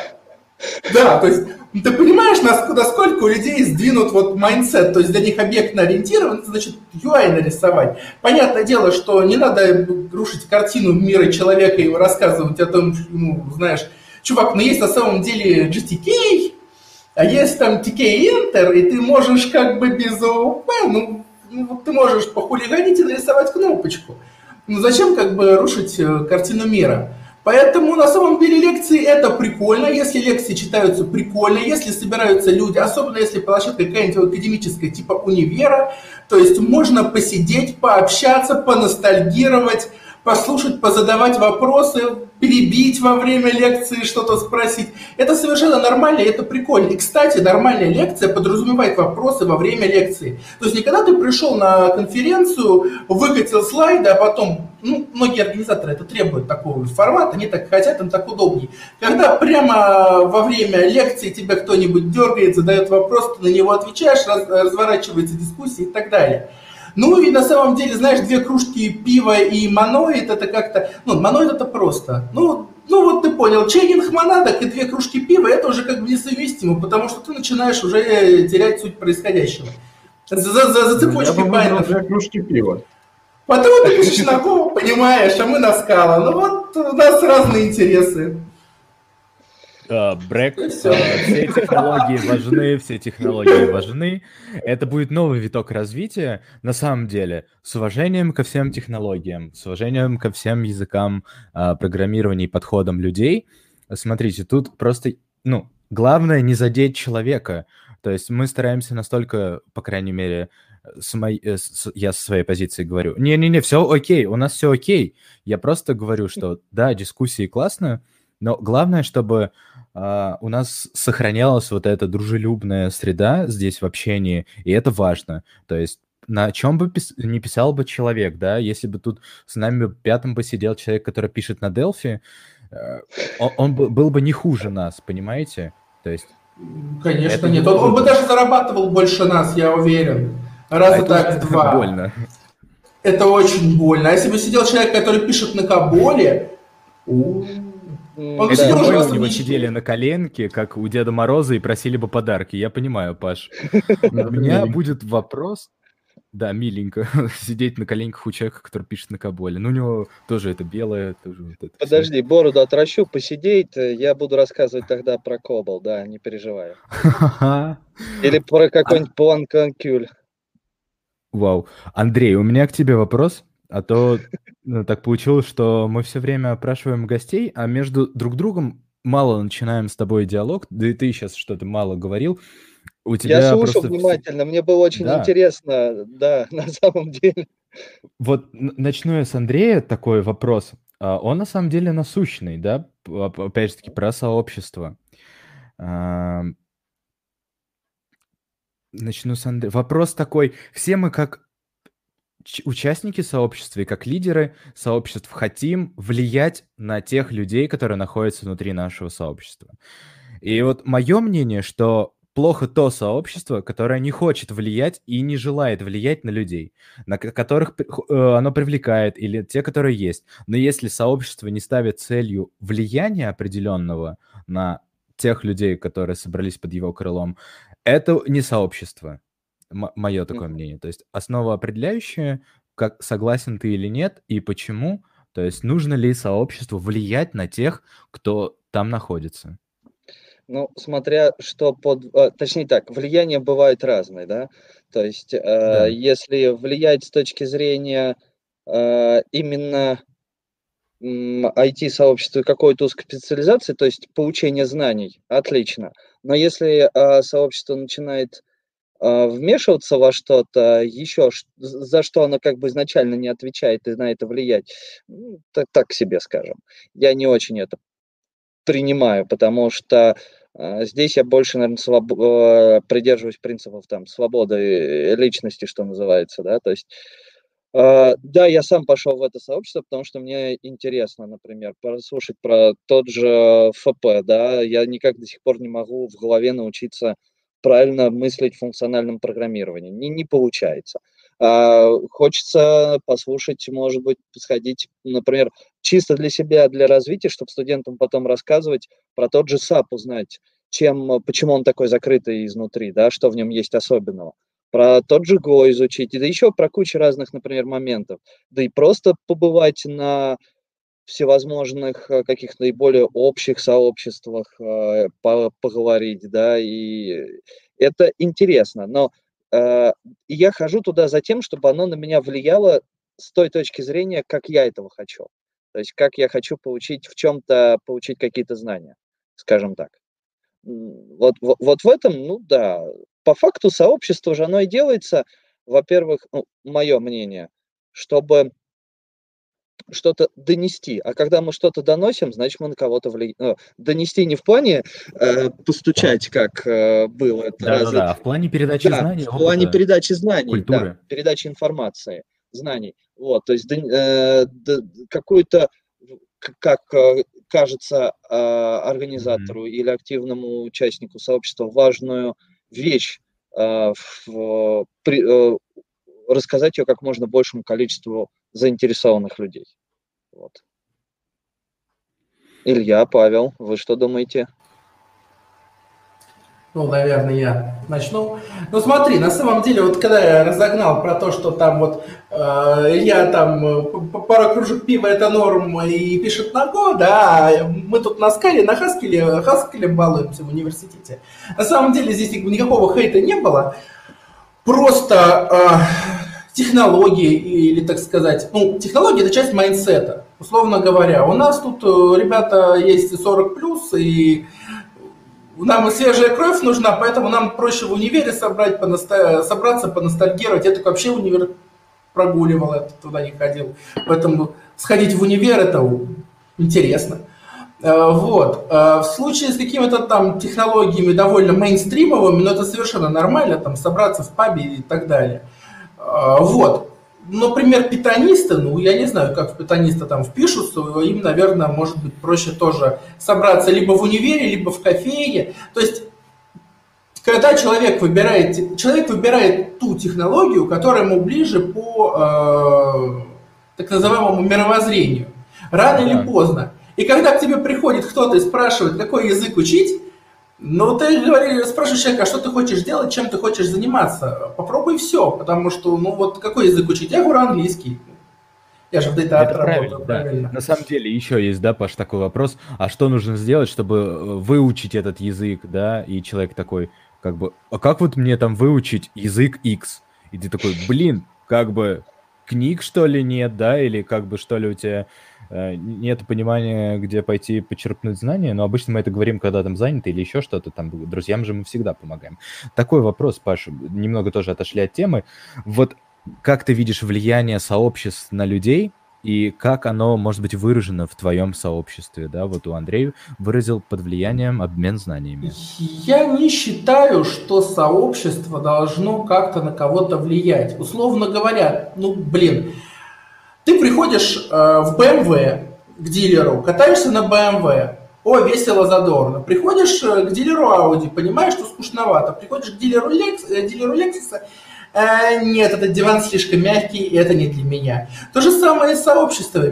Да, то есть ты понимаешь, насколько у людей сдвинут вот майндсет, то есть для них объектно ориентирован, значит ю ай нарисовать. Понятное дело, что не надо рушить картину мира человека и рассказывать о том, ну, знаешь, чувак, но есть на самом деле джи ти кей, а есть там ти кей Enter, и ты можешь как бы без о о пи, ну, ну ты можешь похулиганить и нарисовать кнопочку. Ну зачем как бы рушить картину мира? Поэтому на самом деле лекции это прикольно, если лекции читаются прикольно, если собираются люди, особенно если площадка какая-нибудь академическая типа универа, то есть можно посидеть, пообщаться, поностальгировать, послушать, позадавать вопросы, перебить во время лекции, что-то спросить. Это совершенно нормально, и это прикольно. И, кстати, нормальная лекция подразумевает вопросы во время лекции. То есть не когда ты пришел на конференцию, выкатил слайды, а потом, ну, многие организаторы это требуют такого формата, они так хотят, им так удобнее. Когда прямо во время лекции тебя кто-нибудь дергает, задает вопрос, ты на него отвечаешь, раз, разворачивается дискуссия и так далее. Ну и на самом деле, знаешь, две кружки пива и моноид, это как-то... Ну, моноид это просто. Ну, ну вот ты понял, чейнинг монадок и две кружки пива, это уже как бы несовместимо, потому что ты начинаешь уже терять суть происходящего. За, за, за цепочки ну, байнов. две кружки пива. Потом ты пишешь на кого, понимаешь, а мы на скала. Ну вот у нас разные интересы. Брэк, uh, uh, все технологии важны, все технологии важны. Это будет новый виток развития, на самом деле, с уважением ко всем технологиям, с уважением ко всем языкам uh, программирования и подходам людей. Смотрите, тут просто, ну, главное не задеть человека. То есть мы стараемся настолько, по крайней мере, с моей, с, я со своей позиции говорю, не-не-не, все окей, у нас все окей. Я просто говорю, что да, дискуссии классно, но главное, чтобы uh, у нас сохранялась вот эта дружелюбная среда здесь в общении, и это важно. То есть на чем бы пис- не писал бы человек, да, если бы тут с нами пятым посидел человек, который пишет на Delphi, uh, он, он бы, был бы не хуже нас, понимаете? То есть... Конечно, нет. Он, он бы даже зарабатывал больше нас, я уверен. Раза а так в два. Больно. Это очень больно. А если бы сидел человек, который пишет на Каболе... Он это мы у него сидели на коленке, как у Деда Мороза, и просили бы подарки. Я понимаю, Паш. У меня будет вопрос... Да, миленько сидеть на коленках у человека, который пишет на Каболе. Ну, у него тоже это белое. Тоже вот это Подожди, все. Бороду отращу, посидеть. Я буду рассказывать тогда про Кобол, да, не переживай. Или про какой-нибудь план конкюль. Вау. Андрей, у меня к тебе вопрос. А то ну, так получилось, что мы все время опрашиваем гостей, а между друг другом мало начинаем с тобой диалог. Да и ты сейчас что-то мало говорил. У тебя Я слушал просто... внимательно, мне было очень да. интересно, да, на самом деле. Вот начну я с Андрея такой вопрос. Он на самом деле насущный, да, опять же таки про сообщество. Начну с Андрея. Вопрос такой, все мы как участники сообщества и как лидеры сообществ хотим влиять на тех людей, которые находятся внутри нашего сообщества. И вот мое мнение, что плохо то сообщество, которое не хочет влиять и не желает влиять на людей, на которых оно привлекает, или те, которые есть. Но если сообщество не ставит целью влияния определенного на тех людей, которые собрались под его крылом, это не сообщество. мое такое мнение. То есть основоопределяющее, как согласен ты или нет, и почему. То есть нужно ли сообществу влиять на тех, кто там находится? Ну, смотря что под... а, Точнее так, влияние бывает разное, да? То есть, э, Да. если влиять с точки зрения э, именно м, ай ти-сообщества какой-то узкой специализации, то есть получение знаний, отлично. Но если э, сообщество начинает э, вмешиваться во что-то еще, ш- за что оно как бы изначально не отвечает и на это влиять, ну, так, так себе скажем. Я не очень это принимаю, потому что, а, здесь я больше, наверно, своб э, придерживаюсь принципов там свободы личности, что называется, да. То есть, а, да, я сам пошел в это сообщество, потому что мне интересно, например, послушать про тот же эф пэ, да. Я никак до сих пор не могу в голове научиться правильно мыслить в функциональном программировании. Не не получается. А, хочется послушать, может быть, сходить, например, чисто для себя, для развития, чтобы студентам потом рассказывать про тот же сап, узнать, чем, почему он такой закрытый изнутри, да, что в нем есть особенного. Про тот же го изучить, да еще про кучу разных, например, моментов. Да и просто побывать на всевозможных, э, каких наиболее общих сообществах, э, по поговорить, да, и это интересно. Но, э, и я хожу туда за тем, чтобы оно на меня влияло с той точки зрения, как я этого хочу. То есть как я хочу получить в чем то получить какие-то знания, скажем так. М, вот во вот в этом, ну да. По факту сообщество же оно и делается, во-первых, ну, мое мнение, чтобы что-то донести. А когда мы что-то доносим, значит, мы на кого-то влия э, донести не в плане, э, постучать, как, э, было это разве Да-да-да, а в плане передачи да, знаний, в плане опыта, передачи знаний, да, культуры. передачи информации, знаний. Вот, то есть донь э, д какую-то, в к как, э, кажется, а, Мгм. организатору или активному участнику сообщества важную вещь, а, в при э, рассказать ее как можно большему количеству заинтересованных людей. Вот. Илья, Павел, вы что думаете? Ну, наверное, я начну. Ну, смотри, на самом деле, вот когда я разогнал про то, что там вот э, Илья там э, п- пару кружек пива это норм и пишет на Go, да, а мы тут на скале, на Хаскеле, Хаскелем балуемся в университете. На самом деле здесь никакого хейта не было, просто э, технологии или, так сказать, ну, технологии это часть майндсета, условно говоря. У нас тут э, ребята есть сорок плюс, и нам и свежая кровь нужна, поэтому нам проще в универе собрать, поносто... собраться, поностальгировать. Я так вообще универ прогуливал, я туда не ходил. Поэтому сходить в универ это интересно. Вот. В случае с какими-то там технологиями довольно мейнстримовыми, но это совершенно нормально, там собраться в пабе и так далее. Вот. Например, питонисты, ну, я не знаю, как в питониста там впишутся, им, наверное, может быть проще тоже собраться либо в универе, либо в кофейне. То есть, когда человек выбирает, человек выбирает ту технологию, которая ему ближе по э, так называемому мировоззрению. Рано Да. или поздно. И когда к тебе приходит кто-то и спрашивает, какой язык учить, ну, ты говоришь, спрашиваешь человека, а что ты хочешь делать, чем ты хочешь заниматься? Попробуй все, потому что, ну, вот какой язык учить? Я говорю английский. Я же в Data Art Это правильно, работаю, да. правильно. На самом деле еще есть, да, Паш, такой вопрос, а что нужно сделать, чтобы э, выучить этот язык, да, и человек такой, как бы, а как вот мне там выучить язык X? И ты такой, блин, как бы книг, что ли, нет, да, или как бы, что ли, у тебя э, нет понимания, где пойти почерпнуть знания, но обычно мы это говорим, когда там заняты или еще что-то, там, друзьям же мы всегда помогаем. Такой вопрос, Паша, немного тоже отошли от темы. Вот как ты видишь влияние сообществ на людей и как оно может быть выражено в твоем сообществе, да? Вот у Андрея выразил под влиянием обмен знаниями. Я не считаю, что сообщество должно как-то на кого-то влиять. Условно говоря, ну, блин, ты приходишь э, в бэ эм вэ к дилеру, катаешься на бэ эм вэ, о, весело, задорно. Приходишь э, к дилеру Audi, понимаешь, что скучновато. Приходишь к дилеру, Лекс, э, дилеру Lexus, э, нет, этот диван слишком мягкий, и это не для меня. То же самое и с сообществами.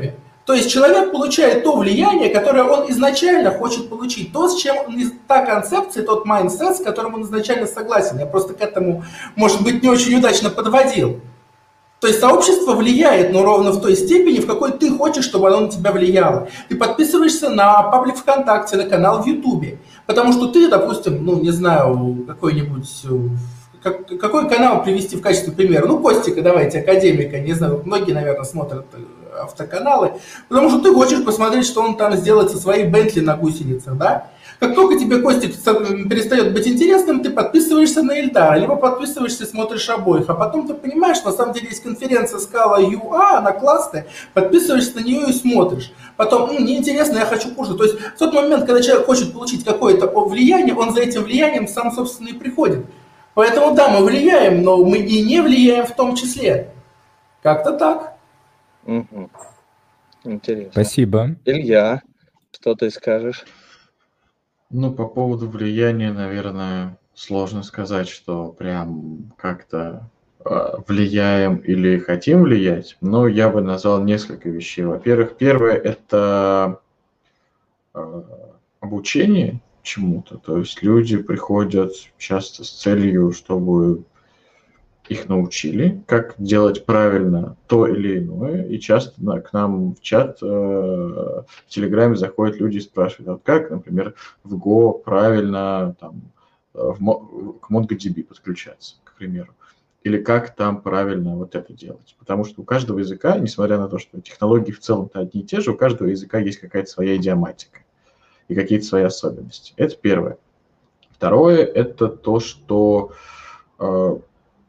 То есть человек получает то влияние, которое он изначально хочет получить, то, с чем он, та концепция, тот майндсет, с которым он изначально согласен. Я просто к этому, может быть, не очень удачно подводил. То есть сообщество влияет, но ровно в той степени, в какой ты хочешь, чтобы оно на тебя влияло. Ты подписываешься на паблик ВКонтакте, на канал в Ютубе, потому что ты, допустим, ну, не знаю, какой-нибудь... Как, какой канал привести в качестве примера? Ну, Костика, давайте, академика, не знаю, многие, наверное, смотрят автоканалы, потому что ты хочешь посмотреть, что он там сделает со своей Бентли на гусеницах, да? Как только тебе Костик перестает быть интересным, ты подписываешься на Ильдара, либо подписываешься и смотришь обоих, а потом ты понимаешь, что на самом деле есть конференция Scala ю эй, она классная, подписываешься на нее и смотришь. Потом, ну, неинтересно, я хочу кушать. То есть в тот момент, когда человек хочет получить какое-то влияние, он за этим влиянием сам, собственно, и приходит. Поэтому, да, мы влияем, но мы и не влияем в том числе. Как-то так. Угу. Интересно. Спасибо. Илья, что ты скажешь? Ну, по поводу влияния, наверное, сложно сказать, что прям как-то э, влияем или хотим влиять, но я бы назвал несколько вещей. Во-первых, первое – это э, обучение чему-то. То есть люди приходят часто с целью, чтобы их научили, как делать правильно то или иное. И часто да, к нам в чат э, в Телеграме заходят люди и спрашивают, вот как, например, в Go правильно там, в, к MongoDB подключаться, к примеру. Или как там правильно вот это делать. Потому что у каждого языка, несмотря на то, что технологии в целом-то одни и те же, у каждого языка есть какая-то своя идиоматика и какие-то свои особенности. Это первое. Второе – это то, что... Э,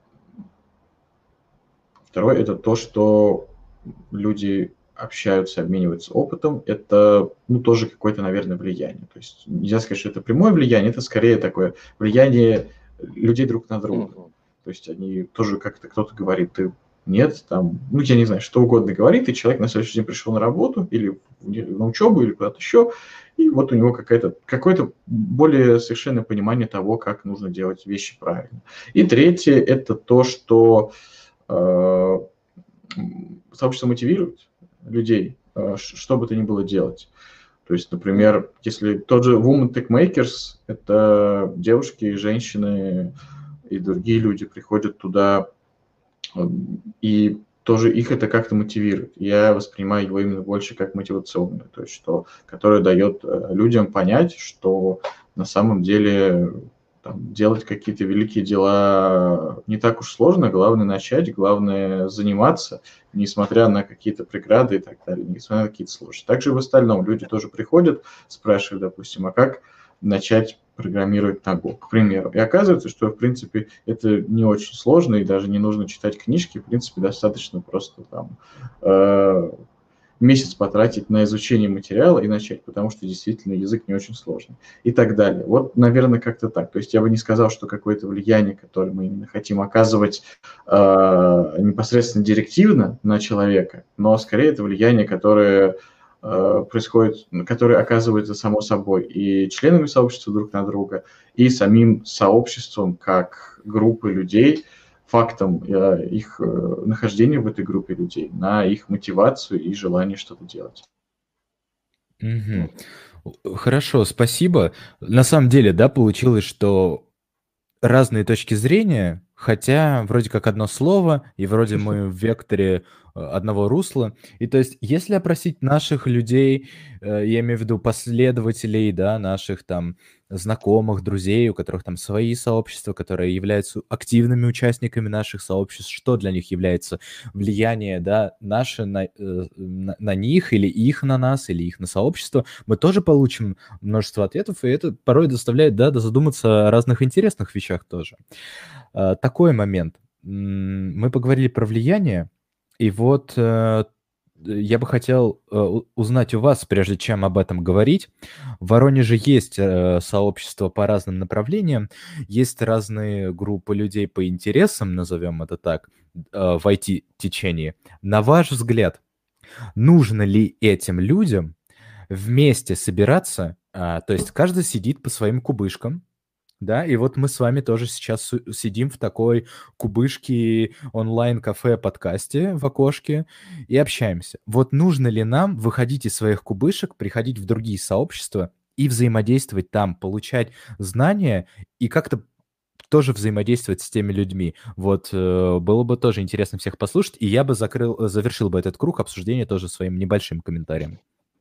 Второе – это то, что люди общаются, обмениваются опытом. Это, ну, тоже какое-то, наверное, влияние. То есть нельзя сказать, что это прямое влияние, это скорее такое влияние людей друг на друга. Mm-hmm. То есть они тоже как-то, кто-то говорит, ты нет, там, ну, я не знаю, что угодно говорит, и человек на следующий день пришел на работу или на учебу, или куда-то еще, и вот у него какое-то, какое-то более совершенное понимание того, как нужно делать вещи правильно. И третье – это то, что сообщество мотивирует людей, что бы то ни было делать. То есть, например, если тот же Women Tech Makers, это девушки, женщины и другие люди приходят туда, и тоже их это как-то мотивирует. Я воспринимаю его именно больше как мотивационное, то есть, что, которое дает людям понять, что на самом деле... Там, делать какие-то великие дела не так уж сложно, главное начать, главное заниматься, несмотря на какие-то преграды и так далее, несмотря на какие-то сложности. Также и в остальном люди тоже приходят, спрашивают, допустим, а как начать программировать на Go, к примеру. И оказывается, что, в принципе, это не очень сложно, и даже не нужно читать книжки, в принципе, достаточно просто там... Э- месяц потратить на изучение материала и начать, потому что действительно язык не очень сложный и так далее. Вот, наверное, как-то так. То есть я бы не сказал, что какое-то влияние, которое мы именно хотим оказывать э, непосредственно директивно на человека, но скорее это влияние, которое э, происходит, которое оказывается само собой и членами сообщества друг на друга, и самим сообществом как группы людей, фактом их нахождения в этой группе людей, на их мотивацию и желание что-то делать. Угу. Хорошо, спасибо. На самом деле, да, получилось, что разные точки зрения, хотя вроде как одно слово, и вроде мы в векторе одного русла. И то есть, если опросить наших людей, я имею в виду последователей, да, наших там знакомых, друзей, у которых там свои сообщества, которые являются активными участниками наших сообществ, что для них является влияние, да, наше на, на, на них, или их на нас, или их на сообщество, мы тоже получим множество ответов, и это порой доставляет, да, задуматься о разных интересных вещах тоже. Такой момент. Мы поговорили про влияние, и вот э, я бы хотел э, узнать у вас, прежде чем об этом говорить. В Воронеже есть э, сообщества по разным направлениям, есть разные группы людей по интересам, назовем это так, э, в ай ти-течении. На ваш взгляд, нужно ли этим людям вместе собираться, э, то есть каждый сидит по своим кубышкам, Да, и вот мы с вами тоже сейчас су- сидим в такой кубышке онлайн-кафе-подкасте в окошке и общаемся. Вот нужно ли нам выходить из своих кубышек, приходить в другие сообщества и взаимодействовать там, получать знания и как-то тоже взаимодействовать с теми людьми? Вот э, было бы тоже интересно всех послушать, и я бы закрыл, завершил бы этот круг обсуждения тоже своим небольшим комментарием.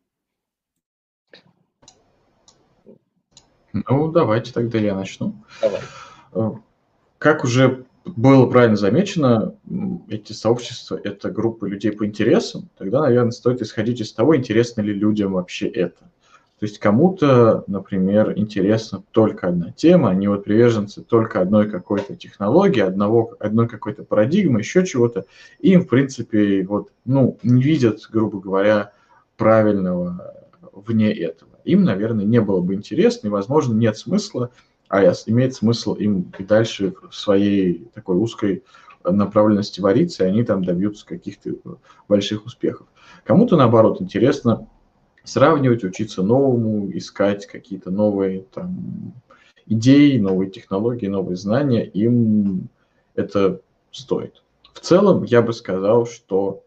Ну, давайте тогда я начну. Давай. Э, Как уже было правильно замечено, м, эти сообщества – это группы людей по интересам. Тогда, наверное, стоит исходить из того, интересно ли людям вообще это. То есть кому-то, например, интересна только одна тема, они вот приверженцы только одной какой-то технологии, одного, одной какой-то парадигмы, еще чего-то. И им, в принципе, вот, ну, не видят, грубо говоря, правильного вне этого. Им, наверное, не было бы интересно, и, возможно, нет смысла, а имеет смысл им и дальше в своей такой узкой направленности вариться, и они там добьются каких-то больших успехов. Кому-то, наоборот, интересно сравнивать, учиться новому, искать какие-то новые там идеи, новые технологии, новые знания, им это стоит. В целом, я бы сказал, что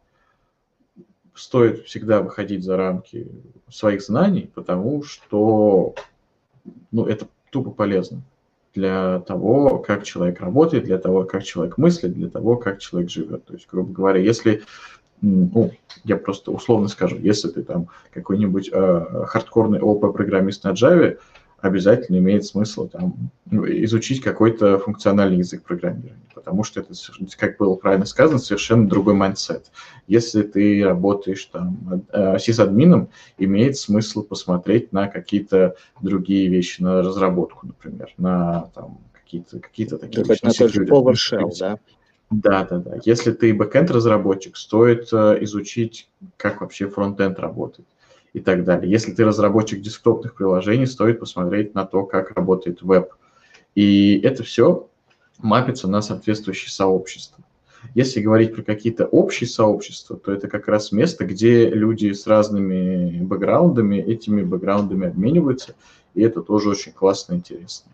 стоит всегда выходить за рамки своих знаний, потому что, ну, это тупо полезно для того, как человек работает, для того, как человек мыслит, для того, как человек живет. То есть, грубо говоря, если, ну, я просто условно скажу, если ты там какой-нибудь э, хардкорный ООП-программист на Java, обязательно имеет смысл там изучить какой-то функциональный язык программирования, потому что это, как было правильно сказано, совершенно другой майндсет. Если ты работаешь там сисадмином, имеет смысл посмотреть на какие-то другие вещи, на разработку, например, на там, какие-то, какие-то такие Да, вещи. хоть на тот же PowerShell, да? Да, да, да. Если ты бэкэнд-разработчик, стоит изучить, как вообще фронт-энд работает и так далее. Если ты разработчик десктопных приложений, стоит посмотреть на то, как работает веб. И это все мапится на соответствующие сообщества. Если говорить про какие-то общие сообщества, то это как раз место, где люди с разными бэкграундами этими бэкграундами обмениваются, и это тоже очень классно и интересно.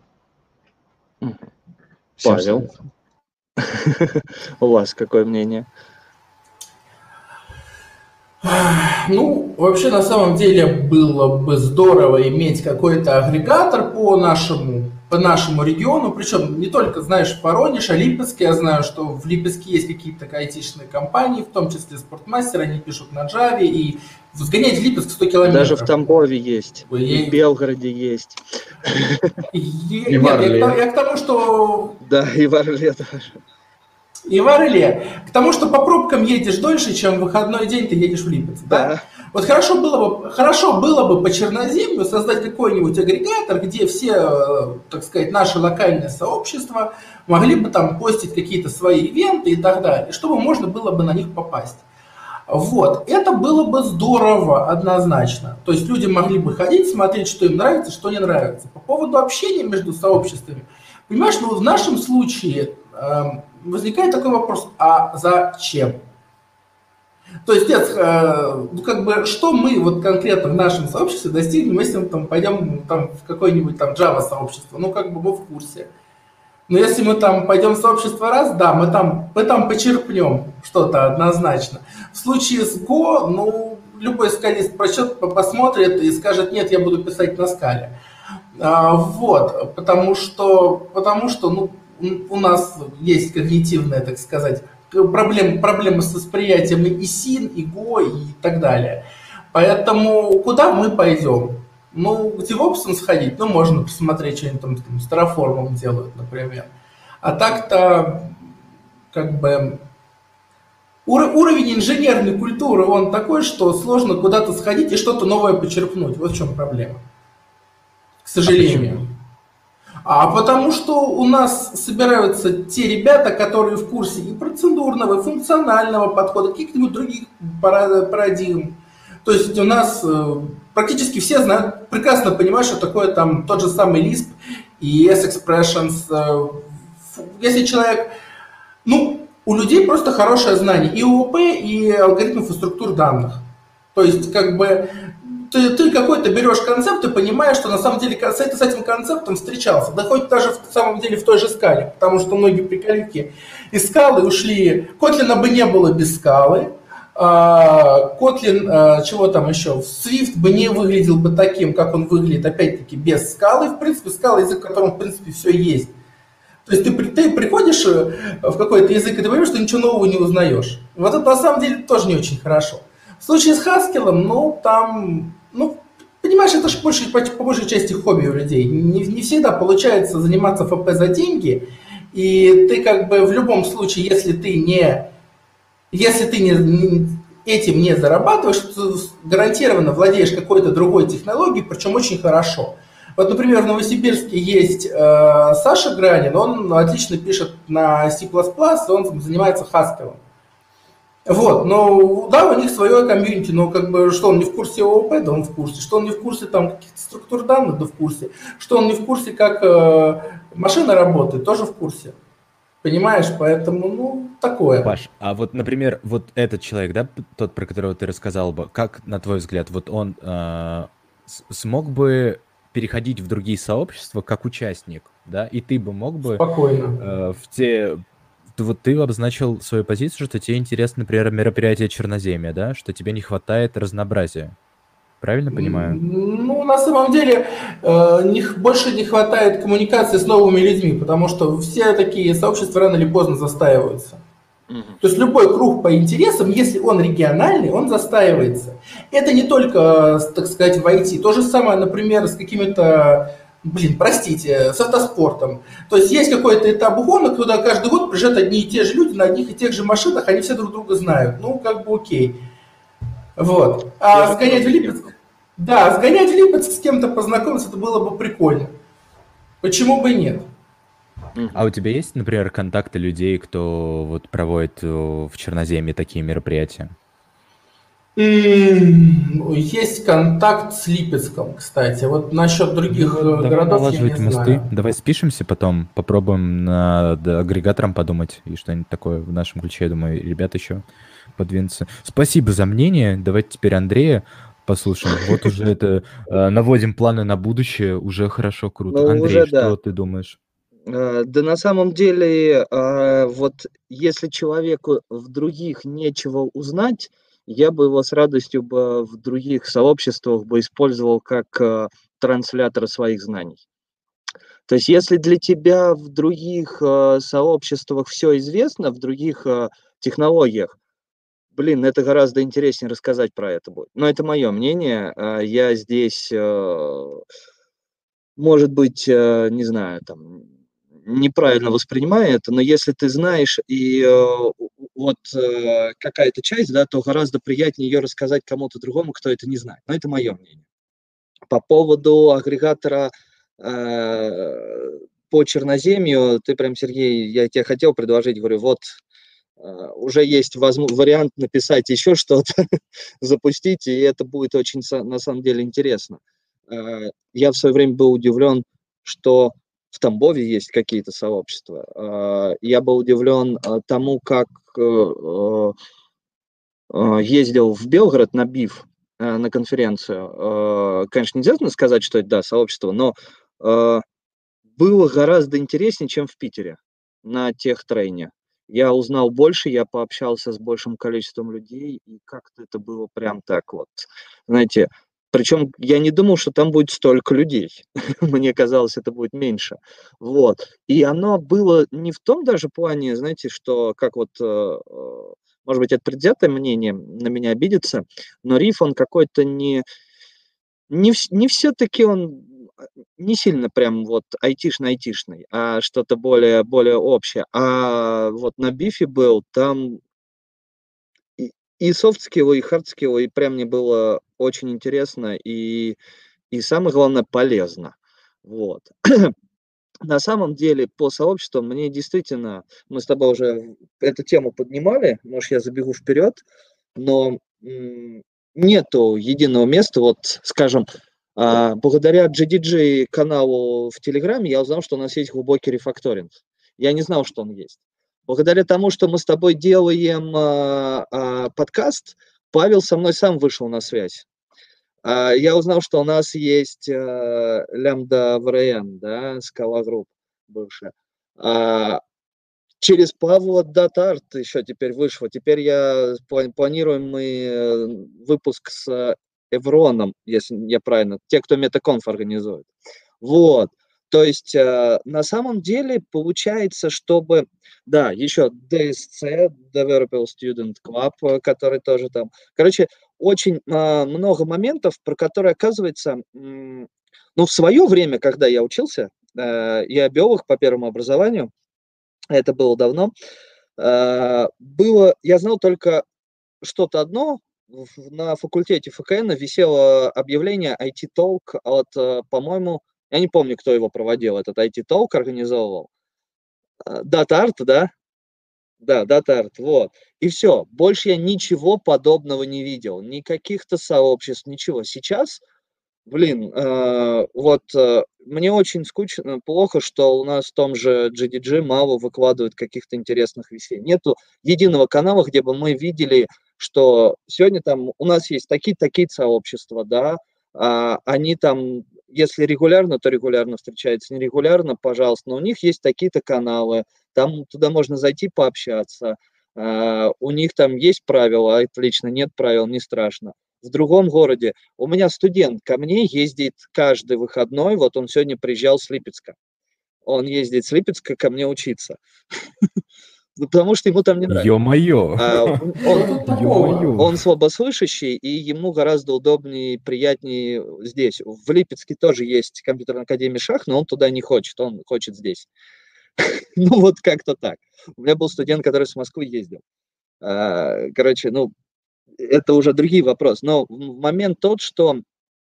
Всем Павел, советую. у вас какое мнение? Ну, вообще, на самом деле, было бы здорово иметь какой-то агрегатор по нашему, по нашему региону, причем не только, знаешь, Воронеж, а Липецк. Я знаю, что в Липецке есть какие-то айтишные компании, в том числе Спортмастер, они пишут на Java, и сгонять в Липецк сто километров. Даже в Тамбове есть, Ой, и в Белгороде есть. И, И нет, в я, Орле. к тому- я к тому, что Да, и в Орле тоже. и в Орле. К тому, что по пробкам едешь дольше, чем в выходной день ты едешь в Липецк. Да? Да. Вот хорошо было бы, хорошо было бы по Черноземью создать какой-нибудь агрегатор, где все, э, так сказать, наши локальные сообщества могли бы там постить какие-то свои ивенты и так далее, чтобы можно было бы на них попасть. Вот, это было бы здорово однозначно. То есть люди могли бы ходить, смотреть, что им нравится, что не нравится. По поводу общения между сообществами, понимаешь, ну в нашем случае э, возникает такой вопрос, а зачем? То есть, нет, э, ну как бы, что мы вот конкретно в нашем сообществе достигнем, если мы там пойдем там, в какое-нибудь там Java сообщество, ну как бы мы в курсе. Но если мы там пойдем в сообщество раз, да, мы там, мы там почерпнем что-то однозначно. В случае с Go, ну, любой скалист прочет, посмотрит и скажет, нет, я буду писать на скале. А, вот, потому что, потому что, ну, у нас есть когнитивная, так сказать, проблемы, проблемы с восприятием и син, и Go, и так далее. Поэтому куда мы пойдем? Ну, к DevOps сходить, ну, можно посмотреть, что они там, там с Terraform делают, например. А так-то, как бы, ур- уровень инженерной культуры, он такой, что сложно куда-то сходить и что-то новое почерпнуть. Вот в чем проблема. К сожалению. А потому что у нас собираются те ребята, которые в курсе и процедурного, и функционального подхода, каких-нибудь других парадигм. То есть у нас практически все знают, прекрасно понимают, что такое там тот же самый Lisp и S-Expressions. Если человек, ну, у людей просто хорошее знание и ООП, и алгоритмов и структур данных. То есть, как бы, ты, ты какой-то берешь концепт и понимаешь, что на самом деле с, с этим концептом встречался. Да хоть даже в самом деле в той же скале, потому что многие приколики из скалы ушли. Котлина бы не было без скалы. Kotlin, чего там еще, Swift бы не выглядел бы таким, как он выглядит, опять-таки, без скалы. В принципе, скала язык, в котором, в принципе, все есть. То есть ты, ты приходишь в какой-то язык, и ты понимаешь, что ничего нового не узнаешь. Вот это на самом деле тоже не очень хорошо. В случае с Haskell, ну, там, ну, понимаешь, это же больше, по, по большей части хобби у людей. Не, не всегда получается заниматься эф пи за деньги, и ты как бы в любом случае, если ты не... Если ты не, не, этим не зарабатываешь, то гарантированно владеешь какой-то другой технологией, причем очень хорошо. Вот, например, в Новосибирске есть э, Саша Гранин, он отлично пишет на C++, и он занимается Haskell. Вот, но да, у них свое комьюнити, но как бы, что он не в курсе ООП, да он в курсе, что он не в курсе там каких-то структур данных, да в курсе, что он не в курсе, как э, машина работает, тоже в курсе. Понимаешь, поэтому, ну, такое. Паш, а вот, например, вот этот человек, да, тот, про которого ты рассказал бы, как, на твой взгляд, вот он э, смог бы переходить в другие сообщества как участник, да, и ты бы мог бы... Спокойно. Э, в те... Вот ты обозначил свою позицию, что тебе интересно, например, мероприятие Черноземья, да, что тебе не хватает разнообразия. Правильно понимаю? Ну, на самом деле, э, не, больше не хватает коммуникации с новыми людьми, потому что все такие сообщества рано или поздно застаиваются. Mm-hmm. То есть любой круг по интересам, если он региональный, он застаивается. Это не только, так сказать, в ай ти. То же самое, например, с какими-то, блин, простите, с автоспортом. То есть есть какой-то этап гонок, куда каждый год приезжают одни и те же люди на одних и тех же машинах, они все друг друга знают. Ну, как бы окей. Вот. А сгонять в Липецк, да, сгонять в Липецк с кем-то познакомиться, это было бы прикольно. Почему бы и нет? А у тебя есть, например, контакты людей, кто вот проводит в Черноземье такие мероприятия? Есть контакт с Липецком, кстати. Вот насчет других ну, городов я не мосты. Знаю. Давай спишемся потом, попробуем над агрегатором подумать и что-нибудь такое в нашем ключе. Я думаю, ребята еще подвинутся. Спасибо за мнение. Давайте теперь Андрея послушаем. Вот уже это наводим планы на будущее. Уже хорошо, круто. Ну, Андрей, уже, что да. ты думаешь? Да на самом деле, вот если человеку в других нечего узнать, я бы его с радостью бы в других сообществах бы использовал как транслятор своих знаний. То есть если для тебя в других сообществах все известно, в других технологиях, блин, это гораздо интереснее рассказать про это будет. Но это мое мнение. Я здесь, может быть, не знаю, там... неправильно воспринимаю это, но если ты знаешь и э, вот э, какая-то часть, да, то гораздо приятнее ее рассказать кому-то другому, кто это не знает. Но это мое мнение. По поводу агрегатора э, по Черноземью, ты прям, Сергей, я тебе хотел предложить, говорю, вот э, уже есть возможно, вариант написать еще что-то, запустить, и это будет очень, на самом деле, интересно. Э, я в свое время был удивлен, что в Тамбове есть какие-то сообщества. Я был удивлен тому, как ездил в Белгород на БИФ, на конференцию. Конечно, нельзя сказать, что это, да, сообщество, но было гораздо интереснее, чем в Питере на техтрейне. Я узнал больше, я пообщался с большим количеством людей, и как-то это было прям так вот, знаете. Причем я не думал, что там будет столько людей. Мне казалось, это будет меньше. Вот. И оно было не в том даже плане, знаете, что как вот, может быть, это предвзятое мнение, на меня обидится, но риф, он какой-то не, не, не все-таки он не сильно прям вот айтишный-айтишный, а что-то более, более общее. А вот на бифе был, там и софт-скиллы, и хард-скиллы, и прям мне было очень интересно, и, и самое главное, полезно. Вот. На самом деле, по сообществу мне действительно, мы с тобой уже эту тему поднимали, может, я забегу вперед, но м- нету единого места, вот, скажем, а, благодаря джи ди джей каналу в Телеграме я узнал, что у нас есть глубокий рефакторинг. Я не знал, что он есть. Благодаря тому, что мы с тобой делаем а, а, подкаст, Павел со мной сам вышел на связь. А, я узнал, что у нас есть э, Lambda ви эр эн, да, Scala Group бывшая. А, через Павла DataArt еще теперь вышло. Теперь я пла- планируем мы э, выпуск с Эвроном, если я правильно, те, кто MetaConf организует. Вот. То есть э, на самом деле получается, чтобы, да, еще ди эс си, Developer Student Club, э, который тоже там. Короче, очень э, много моментов, про которые, оказывается, м, ну, в свое время, когда я учился, э, я биолог по первому образованию, это было давно, э, было, я знал только что-то одно. В- на факультете эф ка эн висело объявление ай ти-толк от, э, по-моему, я не помню, кто его проводил, этот ай ти-толк организовывал. Э, DataArt, да? Да, DataArt, вот. И все. Больше я ничего подобного не видел. Ни каких-то сообществ, ничего. Сейчас, блин, э, вот э, мне очень скучно, плохо, что у нас в том же джи ди джи мало выкладывают каких-то интересных вещей. Нету единого канала, где бы мы видели, что сегодня там у нас есть такие-такие сообщества, да, а, они там, если регулярно, то регулярно встречаются, нерегулярно, пожалуйста, но у них есть такие-то каналы, там туда можно зайти пообщаться, а, у них там есть правила, отлично, нет правил, не страшно. В другом городе у меня студент ко мне ездит каждый выходной, вот он сегодня приезжал с Липецка. Он ездит с Липецка ко мне учиться. Ну, потому что ему там не нравится. Ё-моё! А, он, Что он, тут такого? Ё-моё! он слабослышащий, и ему гораздо удобнее, приятнее здесь. В Липецке тоже есть компьютерная академия шах, но он туда не хочет, он хочет здесь. Ну, вот как-то так. У меня был студент, который с Москвы ездил. А, Короче, ну, это уже другие вопросы. Но в момент тот, что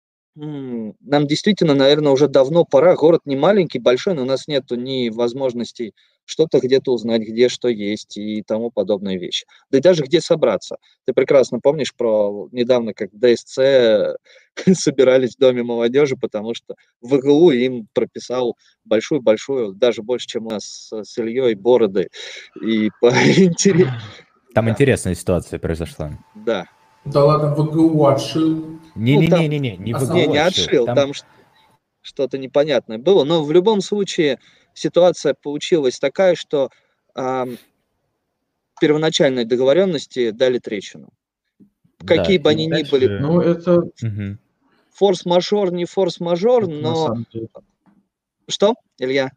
м, нам действительно, наверное, уже давно пора. Город не маленький, большой, но у нас нету ни возможностей что-то где-то узнать, где что есть и тому подобные вещи. Да и даже где собраться. Ты прекрасно помнишь про недавно, как ди эс си собирались в Доме молодежи, потому что в вэ гэ у им прописал большую-большую, даже больше, чем у нас с, с Ильей, бороды. И по интерес- Там Да, интересная ситуация произошла. да. Да ладно, вэ гэ у отшил. Ну, там, Не-не-не-не-не, не А вэ гэ не, у не отшил. отшил, Там там ш- что-то непонятное было. Но в любом случае ситуация получилась такая, что ам, первоначальной договоренности дали трещину. да, Какие бы и они ни были, дальше... Ну, это, Мгм. форс-мажор, не форс-мажор, это на но... самом деле... Что, Илья?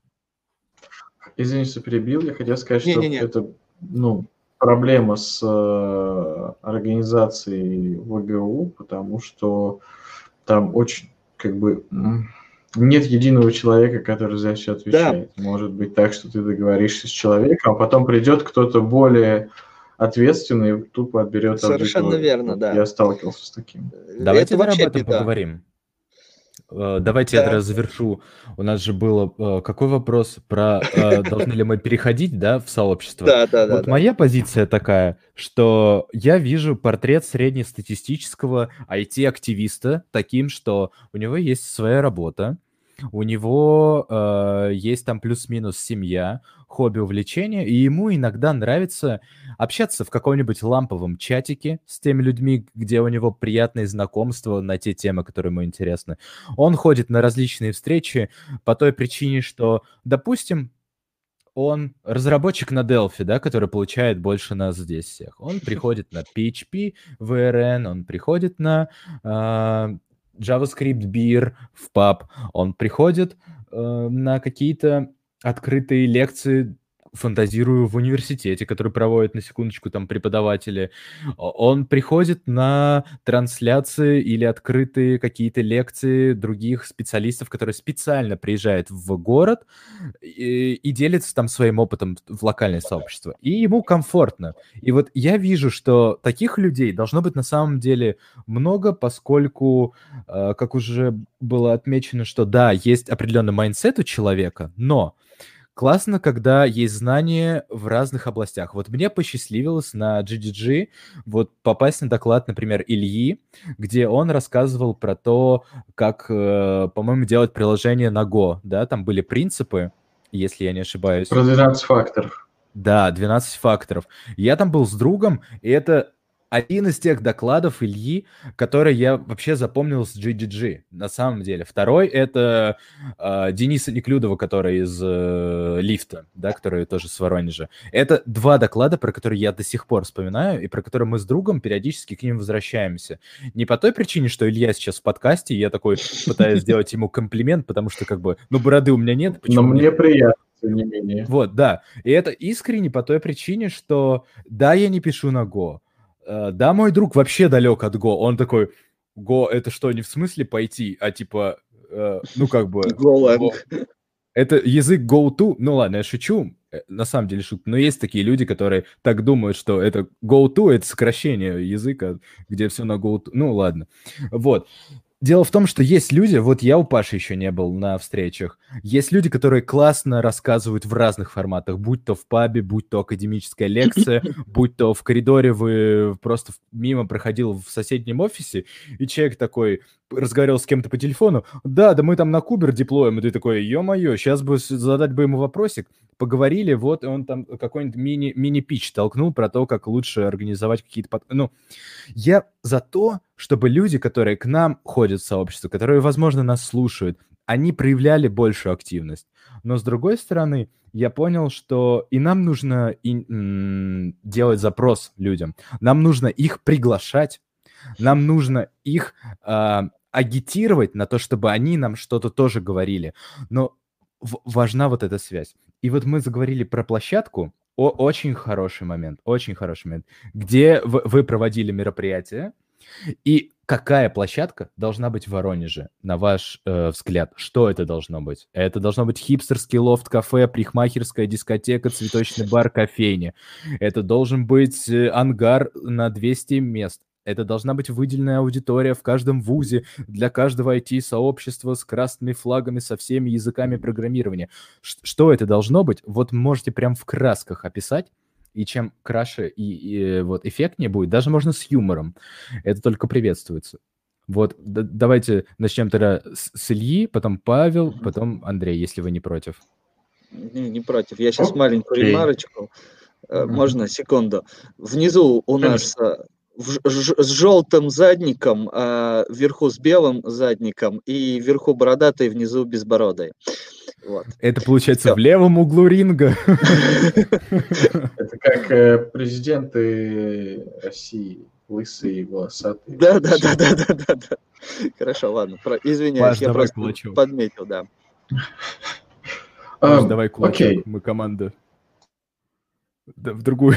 Извини, что перебил. Я хотел сказать, что Не-не-не. это, ну, проблема с э, организацией вэ гэ у, потому что там очень, как бы, м, нет единого человека, который за все Да, отвечает. Может быть так, что ты договоришься с человеком, а потом придет кто-то более ответственный и тупо отберет совершенно аудиторию. верно, Вот да. я сталкивался с таким. Э, Давайте Это теперь об вообще этом беда. поговорим. Э, Давайте я Да, тогда завершу. У нас же было э, какой вопрос про э, должны ли мы переходить, да, в сообщество. да, да, да, Вот да. моя позиция такая, что я вижу портрет среднестатистического ай ти-активиста таким, что у него есть своя работа, у него э, есть там плюс-минус семья, хобби, увлечения, и ему иногда нравится общаться в каком-нибудь ламповом чатике с теми людьми, где у него приятные знакомства на те темы, которые ему интересны. Он ходит на различные встречи по той причине, что, допустим, он разработчик на Delphi, да, который получает больше нас здесь всех. Он приходит на пи эйч пи, ви эр эн, он приходит на э, JavaScript Beer в паб, он приходит э, на какие-то открытые лекции, фантазирую, в университете, которые проводят, на секундочку, там преподаватели. О- Он приходит на трансляции или открытые какие-то лекции других специалистов, которые специально приезжают в город и, и делится там своим опытом в локальное сообщество. И ему комфортно. И вот я вижу, что таких людей должно быть на самом деле много, поскольку, э, как уже было отмечено, что да, есть определенный майндсет у человека, но классно, когда есть знания в разных областях. Вот мне посчастливилось на джи ди джи вот попасть на доклад, например, Ильи, где он рассказывал про то, как, э, по-моему, делать приложение на Go, да, там были принципы, если я не ошибаюсь. Про двенадцать факторов. Да, двенадцать факторов. Я там был с другом, и это один из тех докладов Ильи, который я вообще запомнил с джи ди джи, на самом деле. Второй — это э, Дениса Неклюдова, который из э, Лифта, да, который тоже с Воронежа. Это два доклада, про которые я до сих пор вспоминаю, и про которые мы с другом периодически к ним возвращаемся. Не по той причине, что Илья сейчас в подкасте, и я такой пытаюсь сделать ему комплимент, потому что, как бы, ну, бороды у меня нет. Но мне приятно, тем не менее. Вот, да. И это искренне по той причине, что да, я не пишу на Go, да, мой друг вообще далек от Go. Он такой: Go — это что, не в смысле пойти, а типа, э, ну как бы... Golang. Это язык go-to. Ну ладно, я шучу. На самом деле шутка. Но есть такие люди, которые так думают, что это go-to — это сокращение языка, где все на go-to. Ну ладно. Вот. Дело в том, что есть люди, вот я у Паши еще не был на встречах, есть люди, которые классно рассказывают в разных форматах, будь то в пабе, будь то академическая лекция, будь то в коридоре вы просто мимо проходил в соседнем офисе, и человек такой разговаривал с кем-то по телефону: да, да мы там на Кубер деплоим, и ты такой: ё-моё, сейчас бы задать бы ему вопросик, поговорили, вот, и он там какой-нибудь мини, мини-пич толкнул про то, как лучше организовать какие-то... Под... Ну, я за то, чтобы люди, которые к нам ходят в сообщество, которые, возможно, нас слушают, они проявляли большую активность. Но, с другой стороны, я понял, что и нам нужно и, м- делать запрос людям, нам нужно их приглашать, нам нужно их э, агитировать на то, чтобы они нам что-то тоже говорили. Но в- важна вот эта связь. И вот мы заговорили про площадку. О, очень хороший момент, очень хороший момент, где в- вы проводили мероприятие. И какая площадка должна быть в Воронеже, на ваш э, взгляд? Что это должно быть? Это должно быть хипстерский лофт-кафе, парикмахерская дискотека, цветочный бар, кофейня. Это должен быть э, ангар на двести мест. Это должна быть выделенная аудитория в каждом вузе для каждого ай ти-сообщества с красными флагами, со всеми языками программирования. Ш- что это должно быть? Вот можете прям в красках описать. И чем краше и, и вот эффектнее будет, даже можно с юмором, это только приветствуется. Вот, д- давайте начнем тогда с, с Ильи, потом Павел, потом Андрей, если вы не против. Не, не против. Я сейчас Окей. маленькую ремарочку. Э, Мгм. Можно секунду? Внизу у нас э, в ж- ж- с желтым задником, а вверху с белым задником, и вверху бородатый, внизу безбородый. Вот. Это получается Всё. в левом углу ринга. Это как э, президенты России, лысые, волосатые. Да, да, да, да, да, да, да. Хорошо, ладно. про- Извиняюсь, Паш, я давай просто кулачок. подметил, да. Паш, Ам, давай кулачок, Окей. мы команда. Да, в другую.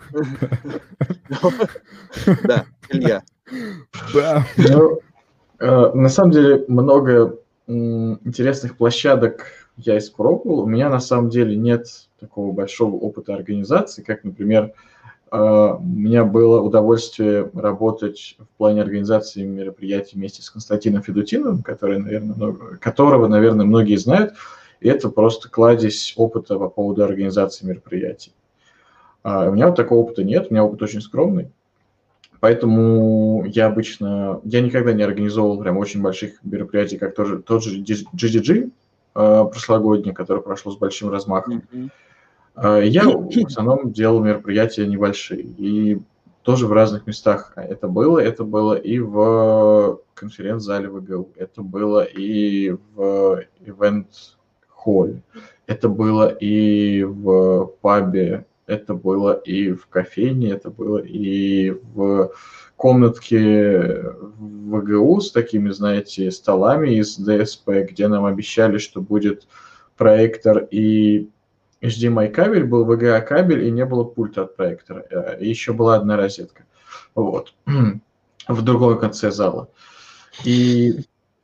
Да, Илья. Бам. Ну, э, на самом деле много м, интересных площадок я испробовал. У меня на самом деле нет такого большого опыта организации, как, например, э, у меня было удовольствие работать в плане организации мероприятий вместе с Константином Федутиновым, который, наверное, много- которого, наверное, многие знают. И это просто кладезь опыта по поводу организации мероприятий. А у меня вот такого опыта нет, у меня опыт очень скромный. Поэтому я обычно, я никогда не организовывал прям очень больших мероприятий, как тоже, тот же джи ди джи э, прошлогодний, который прошел с большим размахом. Мгм. Э, Я в основном делал мероприятия небольшие. И тоже в разных местах это было. Это было и в конференц-зале вэ гэ у, это было и в ивент-холле, это было и в пабе, это было и в кофейне, это было и в комнатке в вэ гэ у с такими, знаете, столами из дэ эс пэ, где нам обещали, что будет проектор и эйч ди эм ай кабель, был вэ гэ а кабель и не было пульта от проектора. Э, И еще была одна розетка. Вот. В другом конце зала. И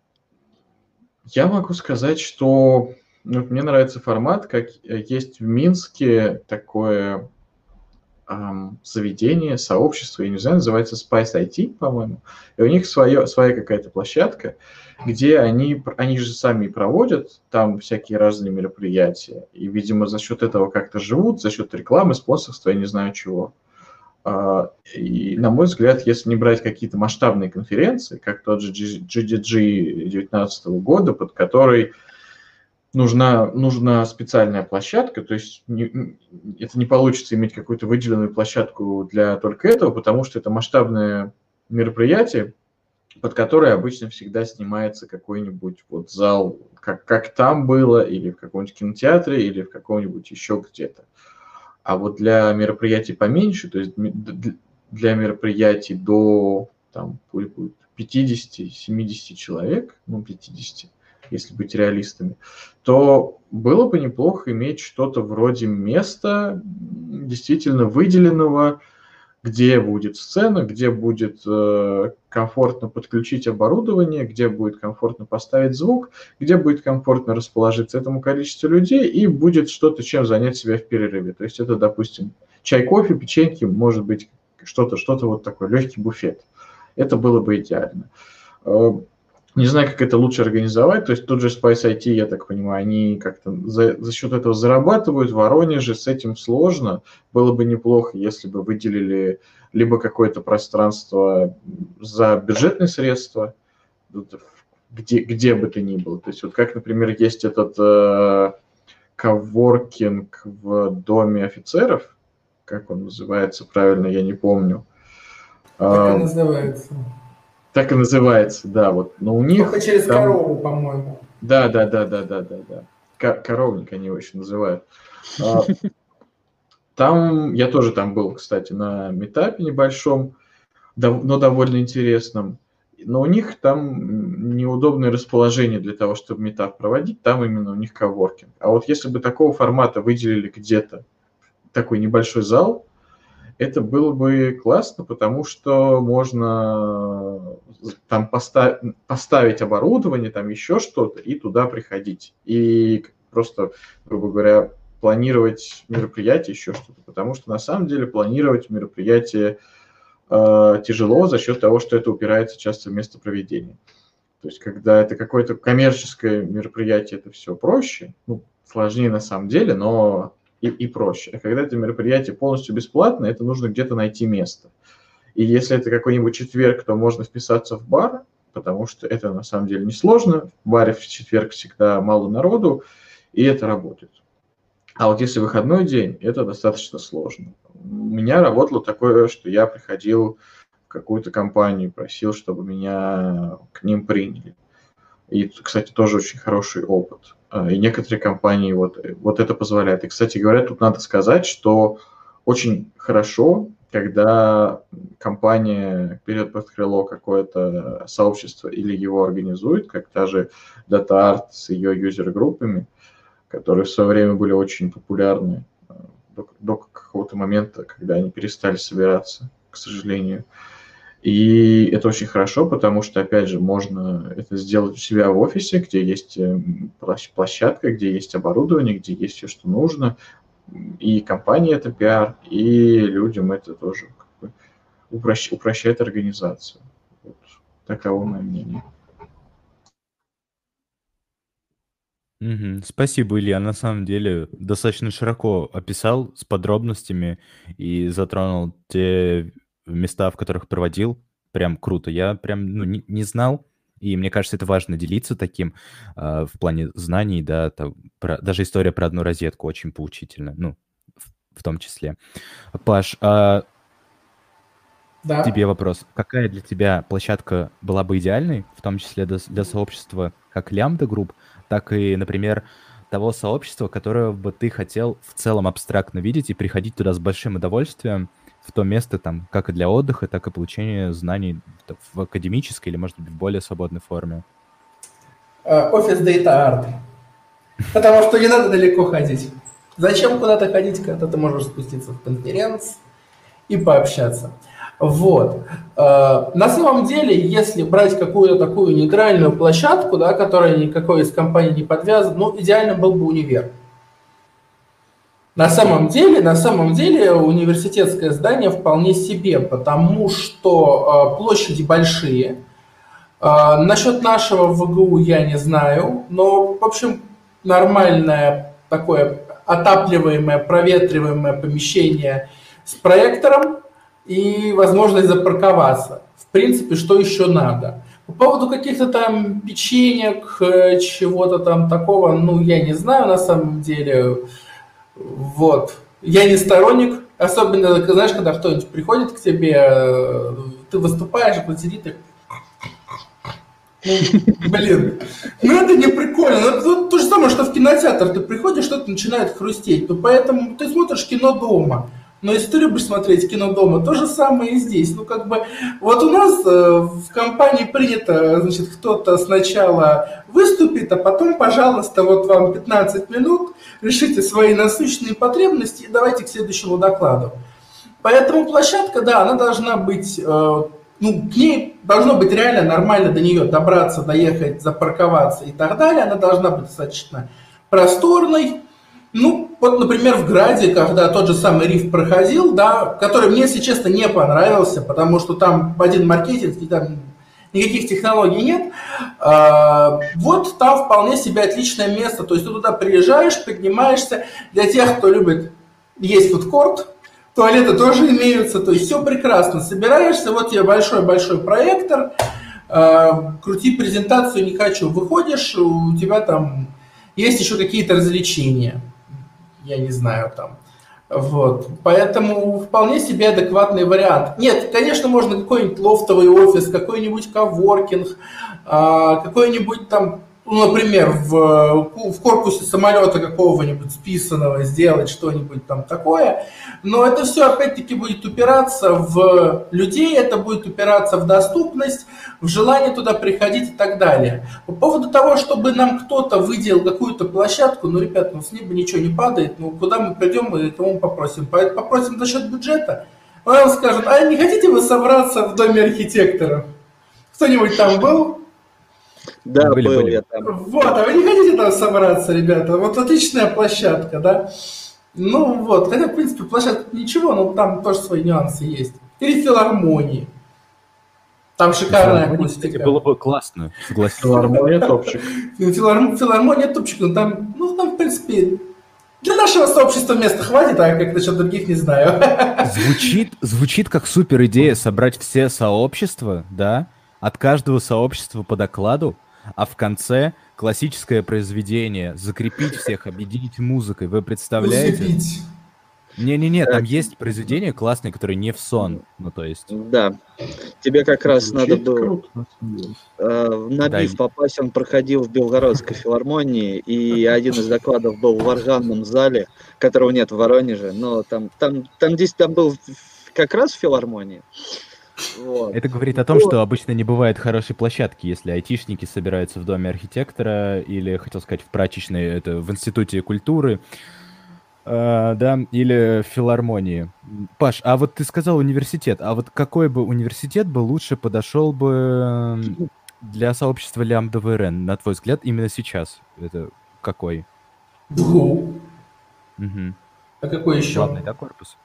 я могу сказать, что ну, мне нравится формат, как э, есть в Минске такое ам, заведение, сообщество, я не знаю, называется Spice ай ти, по-моему. И у них свое, своя какая-то площадка, где они, пр- они же сами и проводят там всякие разные мероприятия. И, видимо, за счет этого как-то живут, за счет рекламы, спонсорства, я не знаю чего. А, И, на мой взгляд, если не брать какие-то масштабные конференции, как тот же джи ди джи две тысячи девятнадцатого года, под который нужна, нужна специальная площадка, то есть не, это не получится иметь какую-то выделенную площадку для только этого, потому что это масштабное мероприятие, под которое обычно всегда снимается какой-нибудь вот зал, как, как там было, или в каком-нибудь кинотеатре, или в каком-нибудь еще где-то. А вот для мероприятий поменьше, то есть для мероприятий до там, пятидесяти-семидесяти человек, ну пятидесяти, если быть реалистами, то было бы неплохо иметь что-то вроде места действительно выделенного, где будет сцена, где будет э, комфортно подключить оборудование, где будет комфортно поставить звук, где будет комфортно расположиться этому количеству людей и будет что-то, чем занять себя в перерыве. То есть это, допустим, чай, кофе, печеньки, может быть, что-то, что-то вот такое, легкий буфет. Это было бы идеально. Не знаю, как это лучше организовать. То есть тут же Spice ай ти, я так понимаю, они как-то за, за счет этого зарабатывают. В Воронеже с этим сложно. Было бы неплохо, если бы выделили либо какое-то пространство за бюджетные средства, где, где бы то ни было. То есть вот как, например, есть этот э, коворкинг в Доме офицеров, как он называется правильно, я не помню. Так и называется. Так и называется, да, вот. Но у них только через там... корову, по-моему. Да, да, да, да, да, да, да. Коровник они его еще называют. Там я тоже там был, кстати, на митапе небольшом, но довольно интересном. Но у них там неудобное расположение для того, чтобы митап проводить. Там именно у них коворкинг. А вот если бы такого формата выделили где-то такой небольшой зал, это было бы классно, потому что можно там постав... поставить оборудование, там еще что-то, и туда приходить. И просто, грубо говоря, планировать мероприятие, еще что-то. Потому что на самом деле планировать мероприятие э, тяжело за счет того, что это упирается часто в место проведения. То есть, когда это какое-то коммерческое мероприятие, это все проще, ну, сложнее на самом деле, но... И, и проще. А когда это мероприятие полностью бесплатно, это нужно где-то найти место. И если это какой-нибудь четверг, то можно вписаться в бар, потому что это на самом деле несложно. В баре в четверг всегда мало народу, и это работает. А вот если выходной день, это достаточно сложно. У меня работало такое, что я приходил в какую-то компанию, просил, чтобы меня к ним приняли. И, кстати, тоже очень хороший опыт. И некоторые компании вот, вот это позволяют. И, кстати говоря, тут надо сказать, что очень хорошо, когда компания берет под крыло какое-то сообщество или его организует, как та же DataArt с ее юзер-группами, которые в свое время были очень популярны до, до какого-то момента, когда они перестали собираться, к сожалению. И это очень хорошо, потому что, опять же, можно это сделать у себя в офисе, где есть площадка, где есть оборудование, где есть все, что нужно. И компания это пиар, и людям это тоже как бы упрощ... упрощает организацию. Вот таково мое мнение. Угу. Спасибо, Илья. На самом деле достаточно широко описал с подробностями и затронул те места, в которых проводил. Прям круто. Я прям ну, не, не знал, и мне кажется, это важно делиться таким э, в плане знаний, да, там, про, даже история про одну розетку очень поучительна, ну, в, в том числе. Паш, а да. тебе вопрос. Какая для тебя площадка была бы идеальной, в том числе для, для сообщества как Lambda Group, так и, например, того сообщества, которое бы ты хотел в целом абстрактно видеть и приходить туда с большим удовольствием, в то место, там, как и для отдыха, так и получения знаний в академической или, может быть, в более свободной форме? Офис Data Art. Потому что не надо далеко ходить. Зачем куда-то ходить, когда ты можешь спуститься в конференц и пообщаться? Вот. На самом деле, если брать какую-то такую нейтральную площадку, да, которая никакой из компаний не подвязана, ну, идеально был бы универ. На самом деле, на самом деле университетское здание вполне себе, потому что э, площади большие. Э, насчет нашего ВГУ я не знаю, но, в общем, нормальное такое отапливаемое, проветриваемое помещение с проектором и возможность запарковаться. В принципе, что еще надо? По поводу каких-то там печенек, э, чего-то там такого, ну, я не знаю на самом деле. Вот. Я не сторонник, особенно, знаешь, когда кто-нибудь приходит к тебе, э, ты выступаешь, а он сидит и... Ну, блин, ну это не прикольно. Ну, это то же самое, что в кинотеатр ты приходишь, что-то начинает хрустеть. Ну, поэтому ты смотришь кино дома. Но если ты любишь смотреть кино дома, то же самое и здесь. Ну, как бы, вот у нас э, в компании принято, значит, кто-то сначала выступит, а потом, пожалуйста, вот вам пятнадцать минут, решите свои насущные потребности и давайте к следующему докладу. Поэтому площадка, да, она должна быть, э, ну, к ней должно быть реально нормально до нее добраться, доехать, запарковаться и так далее. Она должна быть достаточно просторной. Ну, вот, например, в Граде, когда тот же самый риф проходил, да, который мне, если честно, не понравился, потому что там один маркетинг, и там никаких технологий нет, а, вот там вполне себе отличное место. То есть ты туда приезжаешь, поднимаешься. Для тех, кто любит есть фудкорт, туалеты тоже имеются, то есть все прекрасно. Собираешься, вот тебе большой-большой проектор, а, крути презентацию, не хочу, выходишь, у тебя там есть еще какие-то развлечения. Я не знаю там. Вот. Поэтому вполне себе адекватный вариант. Нет, конечно, можно какой-нибудь лофтовый офис, какой-нибудь коворкинг, какой-нибудь там, ну, например, в, в корпусе самолета какого-нибудь списанного сделать что-нибудь там такое. Но это все опять-таки будет упираться в людей, это будет упираться в доступность, в желание туда приходить и так далее. По поводу того, чтобы нам кто-то выделил какую-то площадку, ну, ребят, ну, с неба ничего не падает, ну, куда мы придем и кому мы попросим? Попросим за счет бюджета? Он нам скажет, а не хотите вы собраться в доме архитектора? Кто-нибудь там был? Да, Были, был были. я там. Вот, а вы не хотите там собраться, ребята? Вот отличная площадка, да? Ну вот, хотя, в принципе, площадка ничего, но там тоже свои нюансы есть. Или филармонии. Там шикарная Филармония, акустика. кстати, было бы классно, согласен. Филармония топчик. Филарм- Филармония топчик, но там, ну, там, в принципе, для нашего сообщества места хватит, а как насчет других, не знаю. Звучит, звучит как супер идея собрать все сообщества, да, от каждого сообщества по докладу, а в конце классическое произведение, закрепить всех, объединить музыкой. Вы представляете? Усыпить. Не-не-не, там есть произведения классные, которые не в сон, ну то есть... Да. Тебе как раз надо Звучит было круто, на самом деле. э, на Да, биф и- попасть. Он проходил в Белгородской филармонии, и один из докладов был в органном зале, которого нет в Воронеже, но там, там, там, здесь, там был как раз в филармонии. Вот. Это говорит о том, что обычно не бывает хорошей площадки, если айтишники собираются в доме архитектора или, хотел сказать, в прачечной, это в институте культуры, э, да, или в филармонии. Паш, а вот ты сказал университет, а вот какой бы университет бы лучше подошел бы м, для сообщества Лямбда ВРН, на твой взгляд, именно сейчас? Это какой? Бу. Мгм. А какой еще? Главный, да, корпус?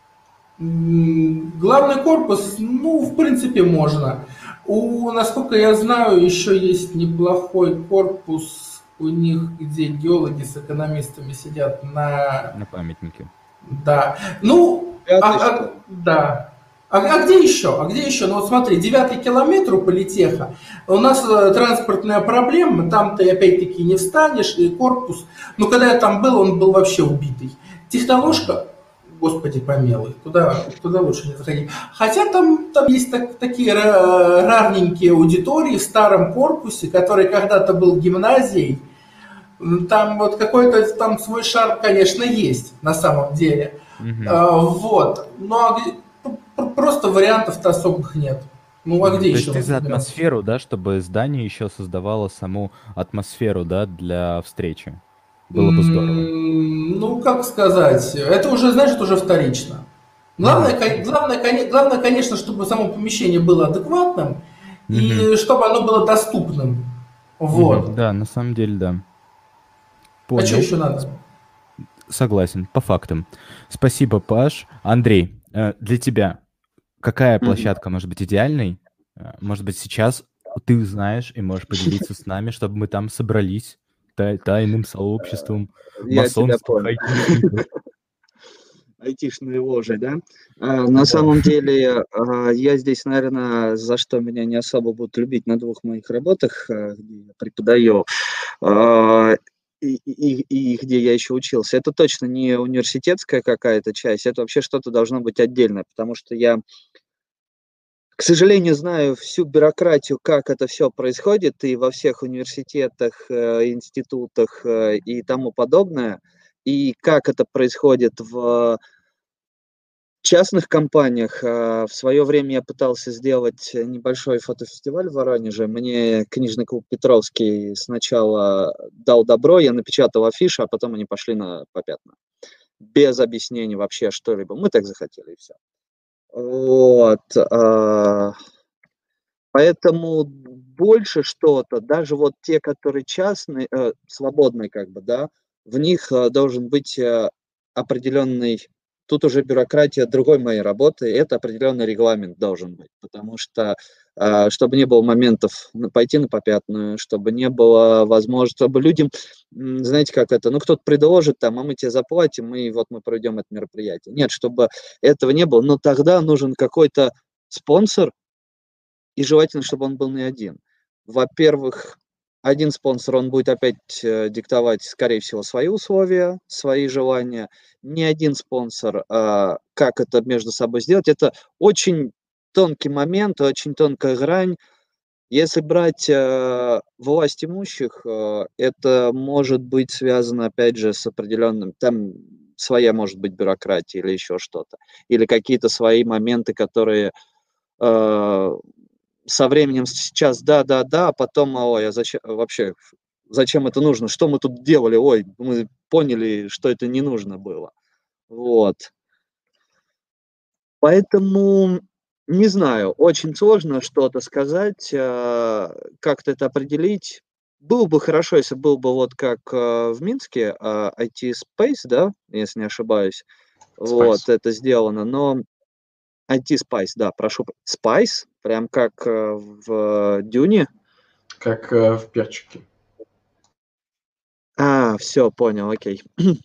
М, Главный корпус, ну, в принципе, можно. У, насколько я знаю, еще есть неплохой корпус у них, где геологи с экономистами сидят на... На памятнике. Да. Ну, Пятый, а- что а- ли? да. А, а где еще? А где еще? Ну вот смотри, девятый километр у политеха. У нас э, транспортная проблема, там ты опять-таки не встанешь, и корпус. Ну когда я там был, он был вообще убитый. Техноложка, господи помилуй, туда, туда лучше не заходить. Хотя там, там есть так- такие ра- равненькие аудитории в старом корпусе, который когда-то был гимназией. М, Там вот какой-то там свой шарм, конечно, есть на самом деле. Мгм. А, вот. Ну, а где- п- просто вариантов-то особых нет. Ну, а Мгм. где То еще? есть ты за варианты? атмосферу, да, чтобы здание еще создавало саму атмосферу, да, для встречи. Было бы здорово. М, Ну, как сказать, это уже, знаешь, это уже вторично. Главное, кон- главное, коне- главное, конечно, чтобы само помещение было адекватным и Мгм. чтобы оно было доступным. Вот. Мгм. Да, на самом деле, да. А что Понял. еще надо? Согласен, по фактам. Спасибо, Паш. Андрей, э, для тебя какая Мгм. площадка может быть идеальной? Э, Может быть, сейчас ты знаешь и можешь поделиться с нами, чтобы мы там собрались тай- тайным сообществом Я тебя масонских понял. айтишников. айтишной ложей, да. А, на самом деле, а, я здесь, наверное, за что меня не особо будут любить на двух моих работах, а, где я преподаю, а, и, и, и где я еще учился, это точно не университетская какая-то часть, это вообще что-то должно быть отдельное, потому что я, к сожалению, знаю всю бюрократию, как это все происходит, и во всех университетах, э, институтах э, и тому подобное, и как это происходит в частных компаниях. А, В свое время я пытался сделать небольшой фотофестиваль в Воронеже. Мне книжный клуб Петровский сначала дал добро, я напечатал афишу, а потом они пошли на попятную. Без объяснений вообще что-либо. Мы так захотели, и все. Вот. а, Поэтому больше что-то, даже вот те, которые частные, э, свободные как бы, да, в них э, должен быть э, определенный, тут уже бюрократия другой моей работы, это определенный регламент должен быть, потому что э, чтобы не было моментов на- пойти на попятную, чтобы не было возможности, чтобы людям, м, знаете, как это, ну кто-то предложит там, а мы тебе заплатим, и вот мы проведем это мероприятие. Нет, чтобы этого не было, но тогда нужен какой-то спонсор, и желательно, чтобы он был не один. Во-первых, один спонсор, он будет опять э, диктовать, скорее всего, свои условия, свои желания. Не один спонсор, а как это между собой сделать, это очень тонкий момент, очень тонкая грань. Если брать э, власть имущих, э, это может быть связано, опять же, с определенным, там своя может быть бюрократия или еще что-то, или какие-то свои моменты, которые э, со временем сейчас да-да-да, а потом, а, ой, а зачем вообще, зачем это нужно? Что мы тут делали? Ой, мы поняли, что это не нужно было. Вот. Поэтому не знаю, очень сложно что-то сказать, а, как-то это определить. Было бы хорошо, если был бы вот как а, в Минске а, ай ти Space, да, если не ошибаюсь, вот Spice. это сделано, но ай ти Spice, да, прошу, п- Spice, прям как э, в Дюне. Как э, в перчике. А, все, понял, окей.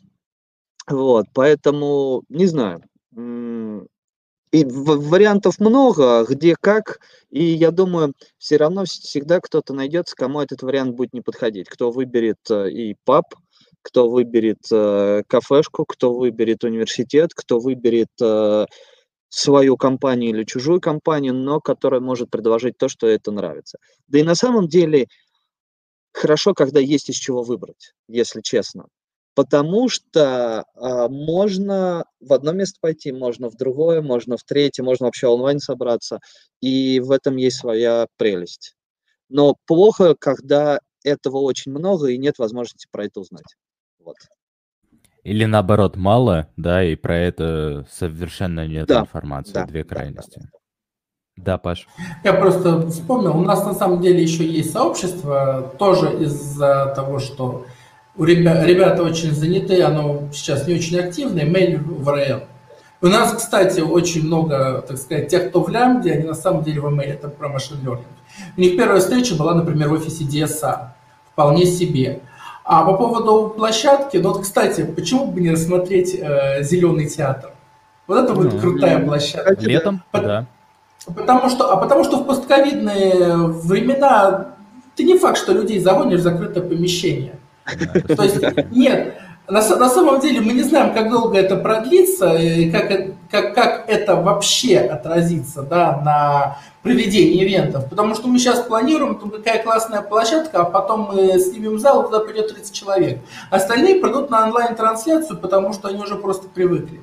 Вот, поэтому не знаю. М, И в- вариантов много, где как, и я думаю, все равно вс- всегда кто-то найдется, кому этот вариант будет не подходить. Кто выберет э, и паб, кто выберет э, кафешку, кто выберет университет, кто выберет э, свою компанию или чужую компанию, но которая может предложить то, что это нравится. Да и на самом деле хорошо, когда есть из чего выбрать, если честно. Потому что, а, можно в одно место пойти, можно в другое, можно в третье, можно вообще онлайн собраться, и в этом есть своя прелесть. Но плохо, когда этого очень много и нет возможности про это узнать. Вот. Или наоборот, мало, да, и про это совершенно нет Да, информации. да, Две да, да. крайности. Да, Паш. Я просто вспомнил, у нас на самом деле еще есть сообщество, тоже из-за того, что у ребят, ребята очень заняты, оно сейчас не очень активное, Mail в эр эл. У нас, кстати, очень много, так сказать, тех, кто в Лямбде, они на самом деле в Mail, это про машин learning. У них первая встреча была, например, в офисе ди эс эй, вполне себе. А по поводу площадки, ну вот, кстати, почему бы не рассмотреть э, Зеленый театр? Вот это будет Ну, крутая М, площадка. кстати, да. летом, По- да. Потому что, а потому что в постковидные времена ты не факт, что людей загонишь в закрытое помещение. Да, это То есть сложно. нет, на, с- на самом деле мы не знаем, как долго это продлится, и как, э- как, как это вообще отразится, да, на проведении ивентов. Потому что мы сейчас планируем, там какая классная площадка, а потом мы снимем зал, туда придет тридцать человек. Остальные придут на онлайн-трансляцию, потому что они уже просто привыкли.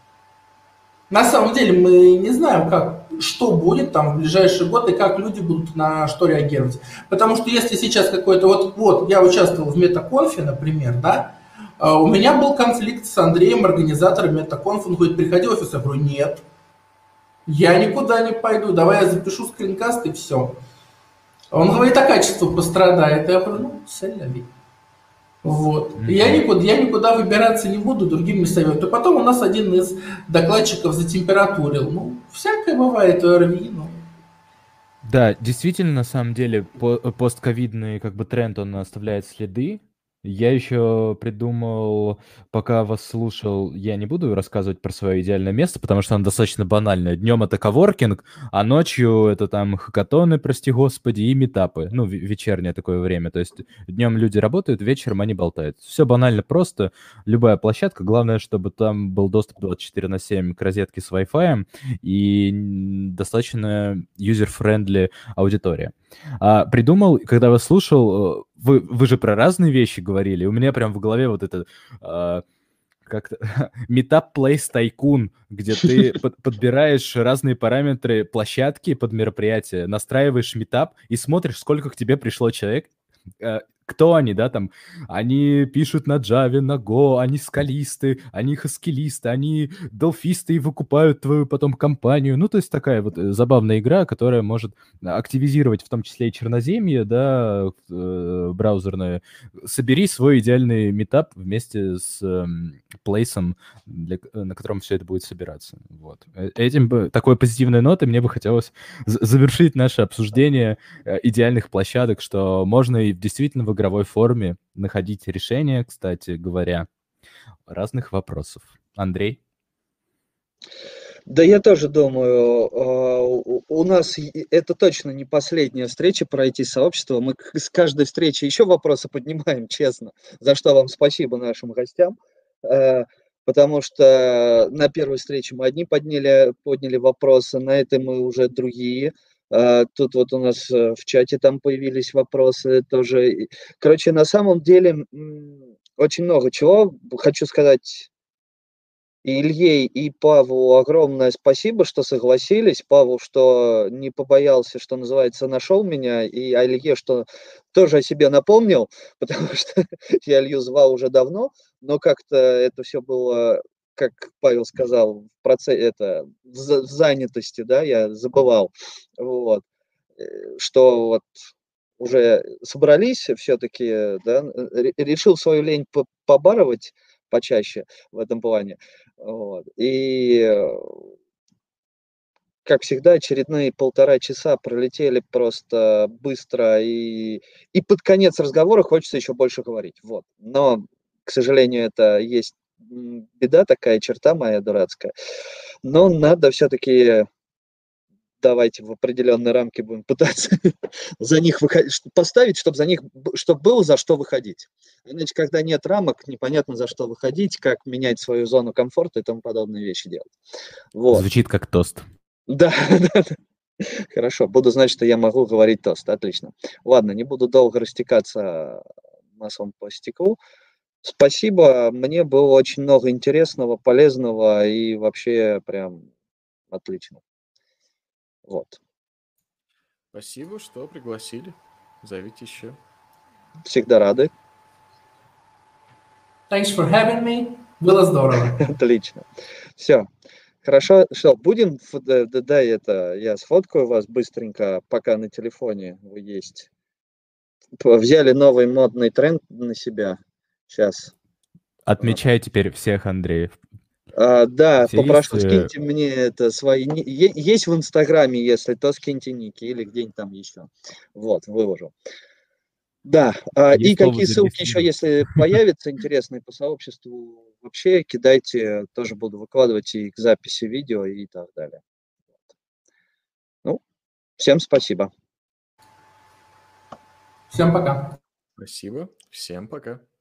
На самом деле мы не знаем, как, что будет там в ближайшие годы, как люди будут на что реагировать. Потому что если сейчас какой-то, вот, вот я участвовал в метаконфе, например, да, а у меня был конфликт с Андреем, организатором метаконфа, он говорит, приходи в офис, я говорю, нет, я никуда не пойду, давай я запишу скринкаст и все. Он говорит, а качество пострадает, я говорю, ну, сальнови. Вот. И Я Мгм. никуда, я никуда выбираться не буду, другим не советую. Потом у нас один из докладчиков затемпературил. Ну, всякое бывает, о эр ви. Ну. Да, действительно, на самом деле, по- постковидный как бы тренд, он оставляет следы. Я еще придумал, пока вас слушал, я не буду рассказывать про свое идеальное место, потому что оно достаточно банальное. Днем это коворкинг, а ночью это там хакатоны, прости господи, и митапы. Ну, ве- вечернее такое время. То есть днем люди работают, вечером они болтают. Все банально просто. Любая площадка. Главное, чтобы там был доступ двадцать четыре на семь к розетке с Wi-Fi и м, достаточно юзер-френдли аудитория. А, придумал, когда вас слушал, э, вы, вы же про разные вещи говорили, у меня прям в голове вот это а, как-то Meetup Place Tycoon, где ты под- подбираешь разные параметры площадки под мероприятие, настраиваешь метап и смотришь, сколько к тебе пришло человек, э, кто они, да, там, они пишут на Java, на Go, они скалисты, они хаскилисты, они долфисты и выкупают твою потом компанию. Ну, то есть такая вот э, забавная игра, которая может активизировать в том числе и черноземье, да, э, браузерное. Собери свой идеальный метап вместе с эм, плейсом, для к- на котором все это будет собираться. Вот. Э, Этим бы, такой позитивной нотой мне бы хотелось з- завершить наше обсуждение э, идеальных площадок, что можно и действительно в игровой форме находить решения, кстати говоря, разных вопросов. Андрей? Да, я тоже думаю, а, у у нас и это точно не последняя встреча про ай ти-сообщество. Мы к с каждой встречи еще вопросы поднимаем, честно, за что вам спасибо нашим гостям. Э, потому что на первой встрече мы одни подняли подняли вопросы, на этой мы уже другие. А, тут вот у нас, э, в чате там появились вопросы тоже. И, короче, на самом деле, м, очень много чего. Хочу сказать и Илье, и Павлу огромное спасибо, что согласились. Павлу, что не побоялся, что называется, нашел меня, и а Илье, что тоже о себе напомнил, потому что я Илью звал уже давно, но как-то это все было, как Павел сказал, в проце это, в за в занятости, да, я забывал. Вот, э, что вот уже собрались все-таки, да, ре решил свою лень по побарывать почаще в этом плане. Вот. И, э, как всегда, очередные полтора часа пролетели просто быстро, и и под конец разговора хочется еще больше говорить. Вот. Но, к сожалению, это есть, м, беда такая, черта моя дурацкая. Но надо все-таки давайте в определенные рамки будем пытаться за них выходить, ш поставить, чтобы за них чтобы было за что выходить. Иначе, когда нет рамок, непонятно, за что выходить, как менять свою зону комфорта и тому подобные вещи делать. Вот. Звучит как тост. Да, да-да. Хорошо, буду знать, что я могу говорить тост. Отлично. Ладно, не буду долго растекаться маслом по стеклу. Спасибо, мне было очень много интересного, полезного и вообще прям отлично. Вот. Спасибо, что пригласили. Зовите еще. Всегда рады. Thanks for having me. Было здорово. Отлично. Все. Хорошо. Что, будем, фо- да, да, да, это, я сфоткаю вас быстренько, пока на телефоне вы есть. П- Взяли новый модный тренд на себя. Сейчас. Отмечай теперь всех Андреев. А, да, Все есть? попрошу, э, скиньте мне это свои... ни- е- Есть в Инстаграме, если, то скиньте ники или где-нибудь там еще. Вот, выложу. Да, а, и Есть какие повод ссылки еще, зарегистрироваться. если появятся интересные по сообществу, вообще кидайте, тоже буду выкладывать и к записи видео и так далее. Ну, всем спасибо. Всем пока. Спасибо. Всем пока.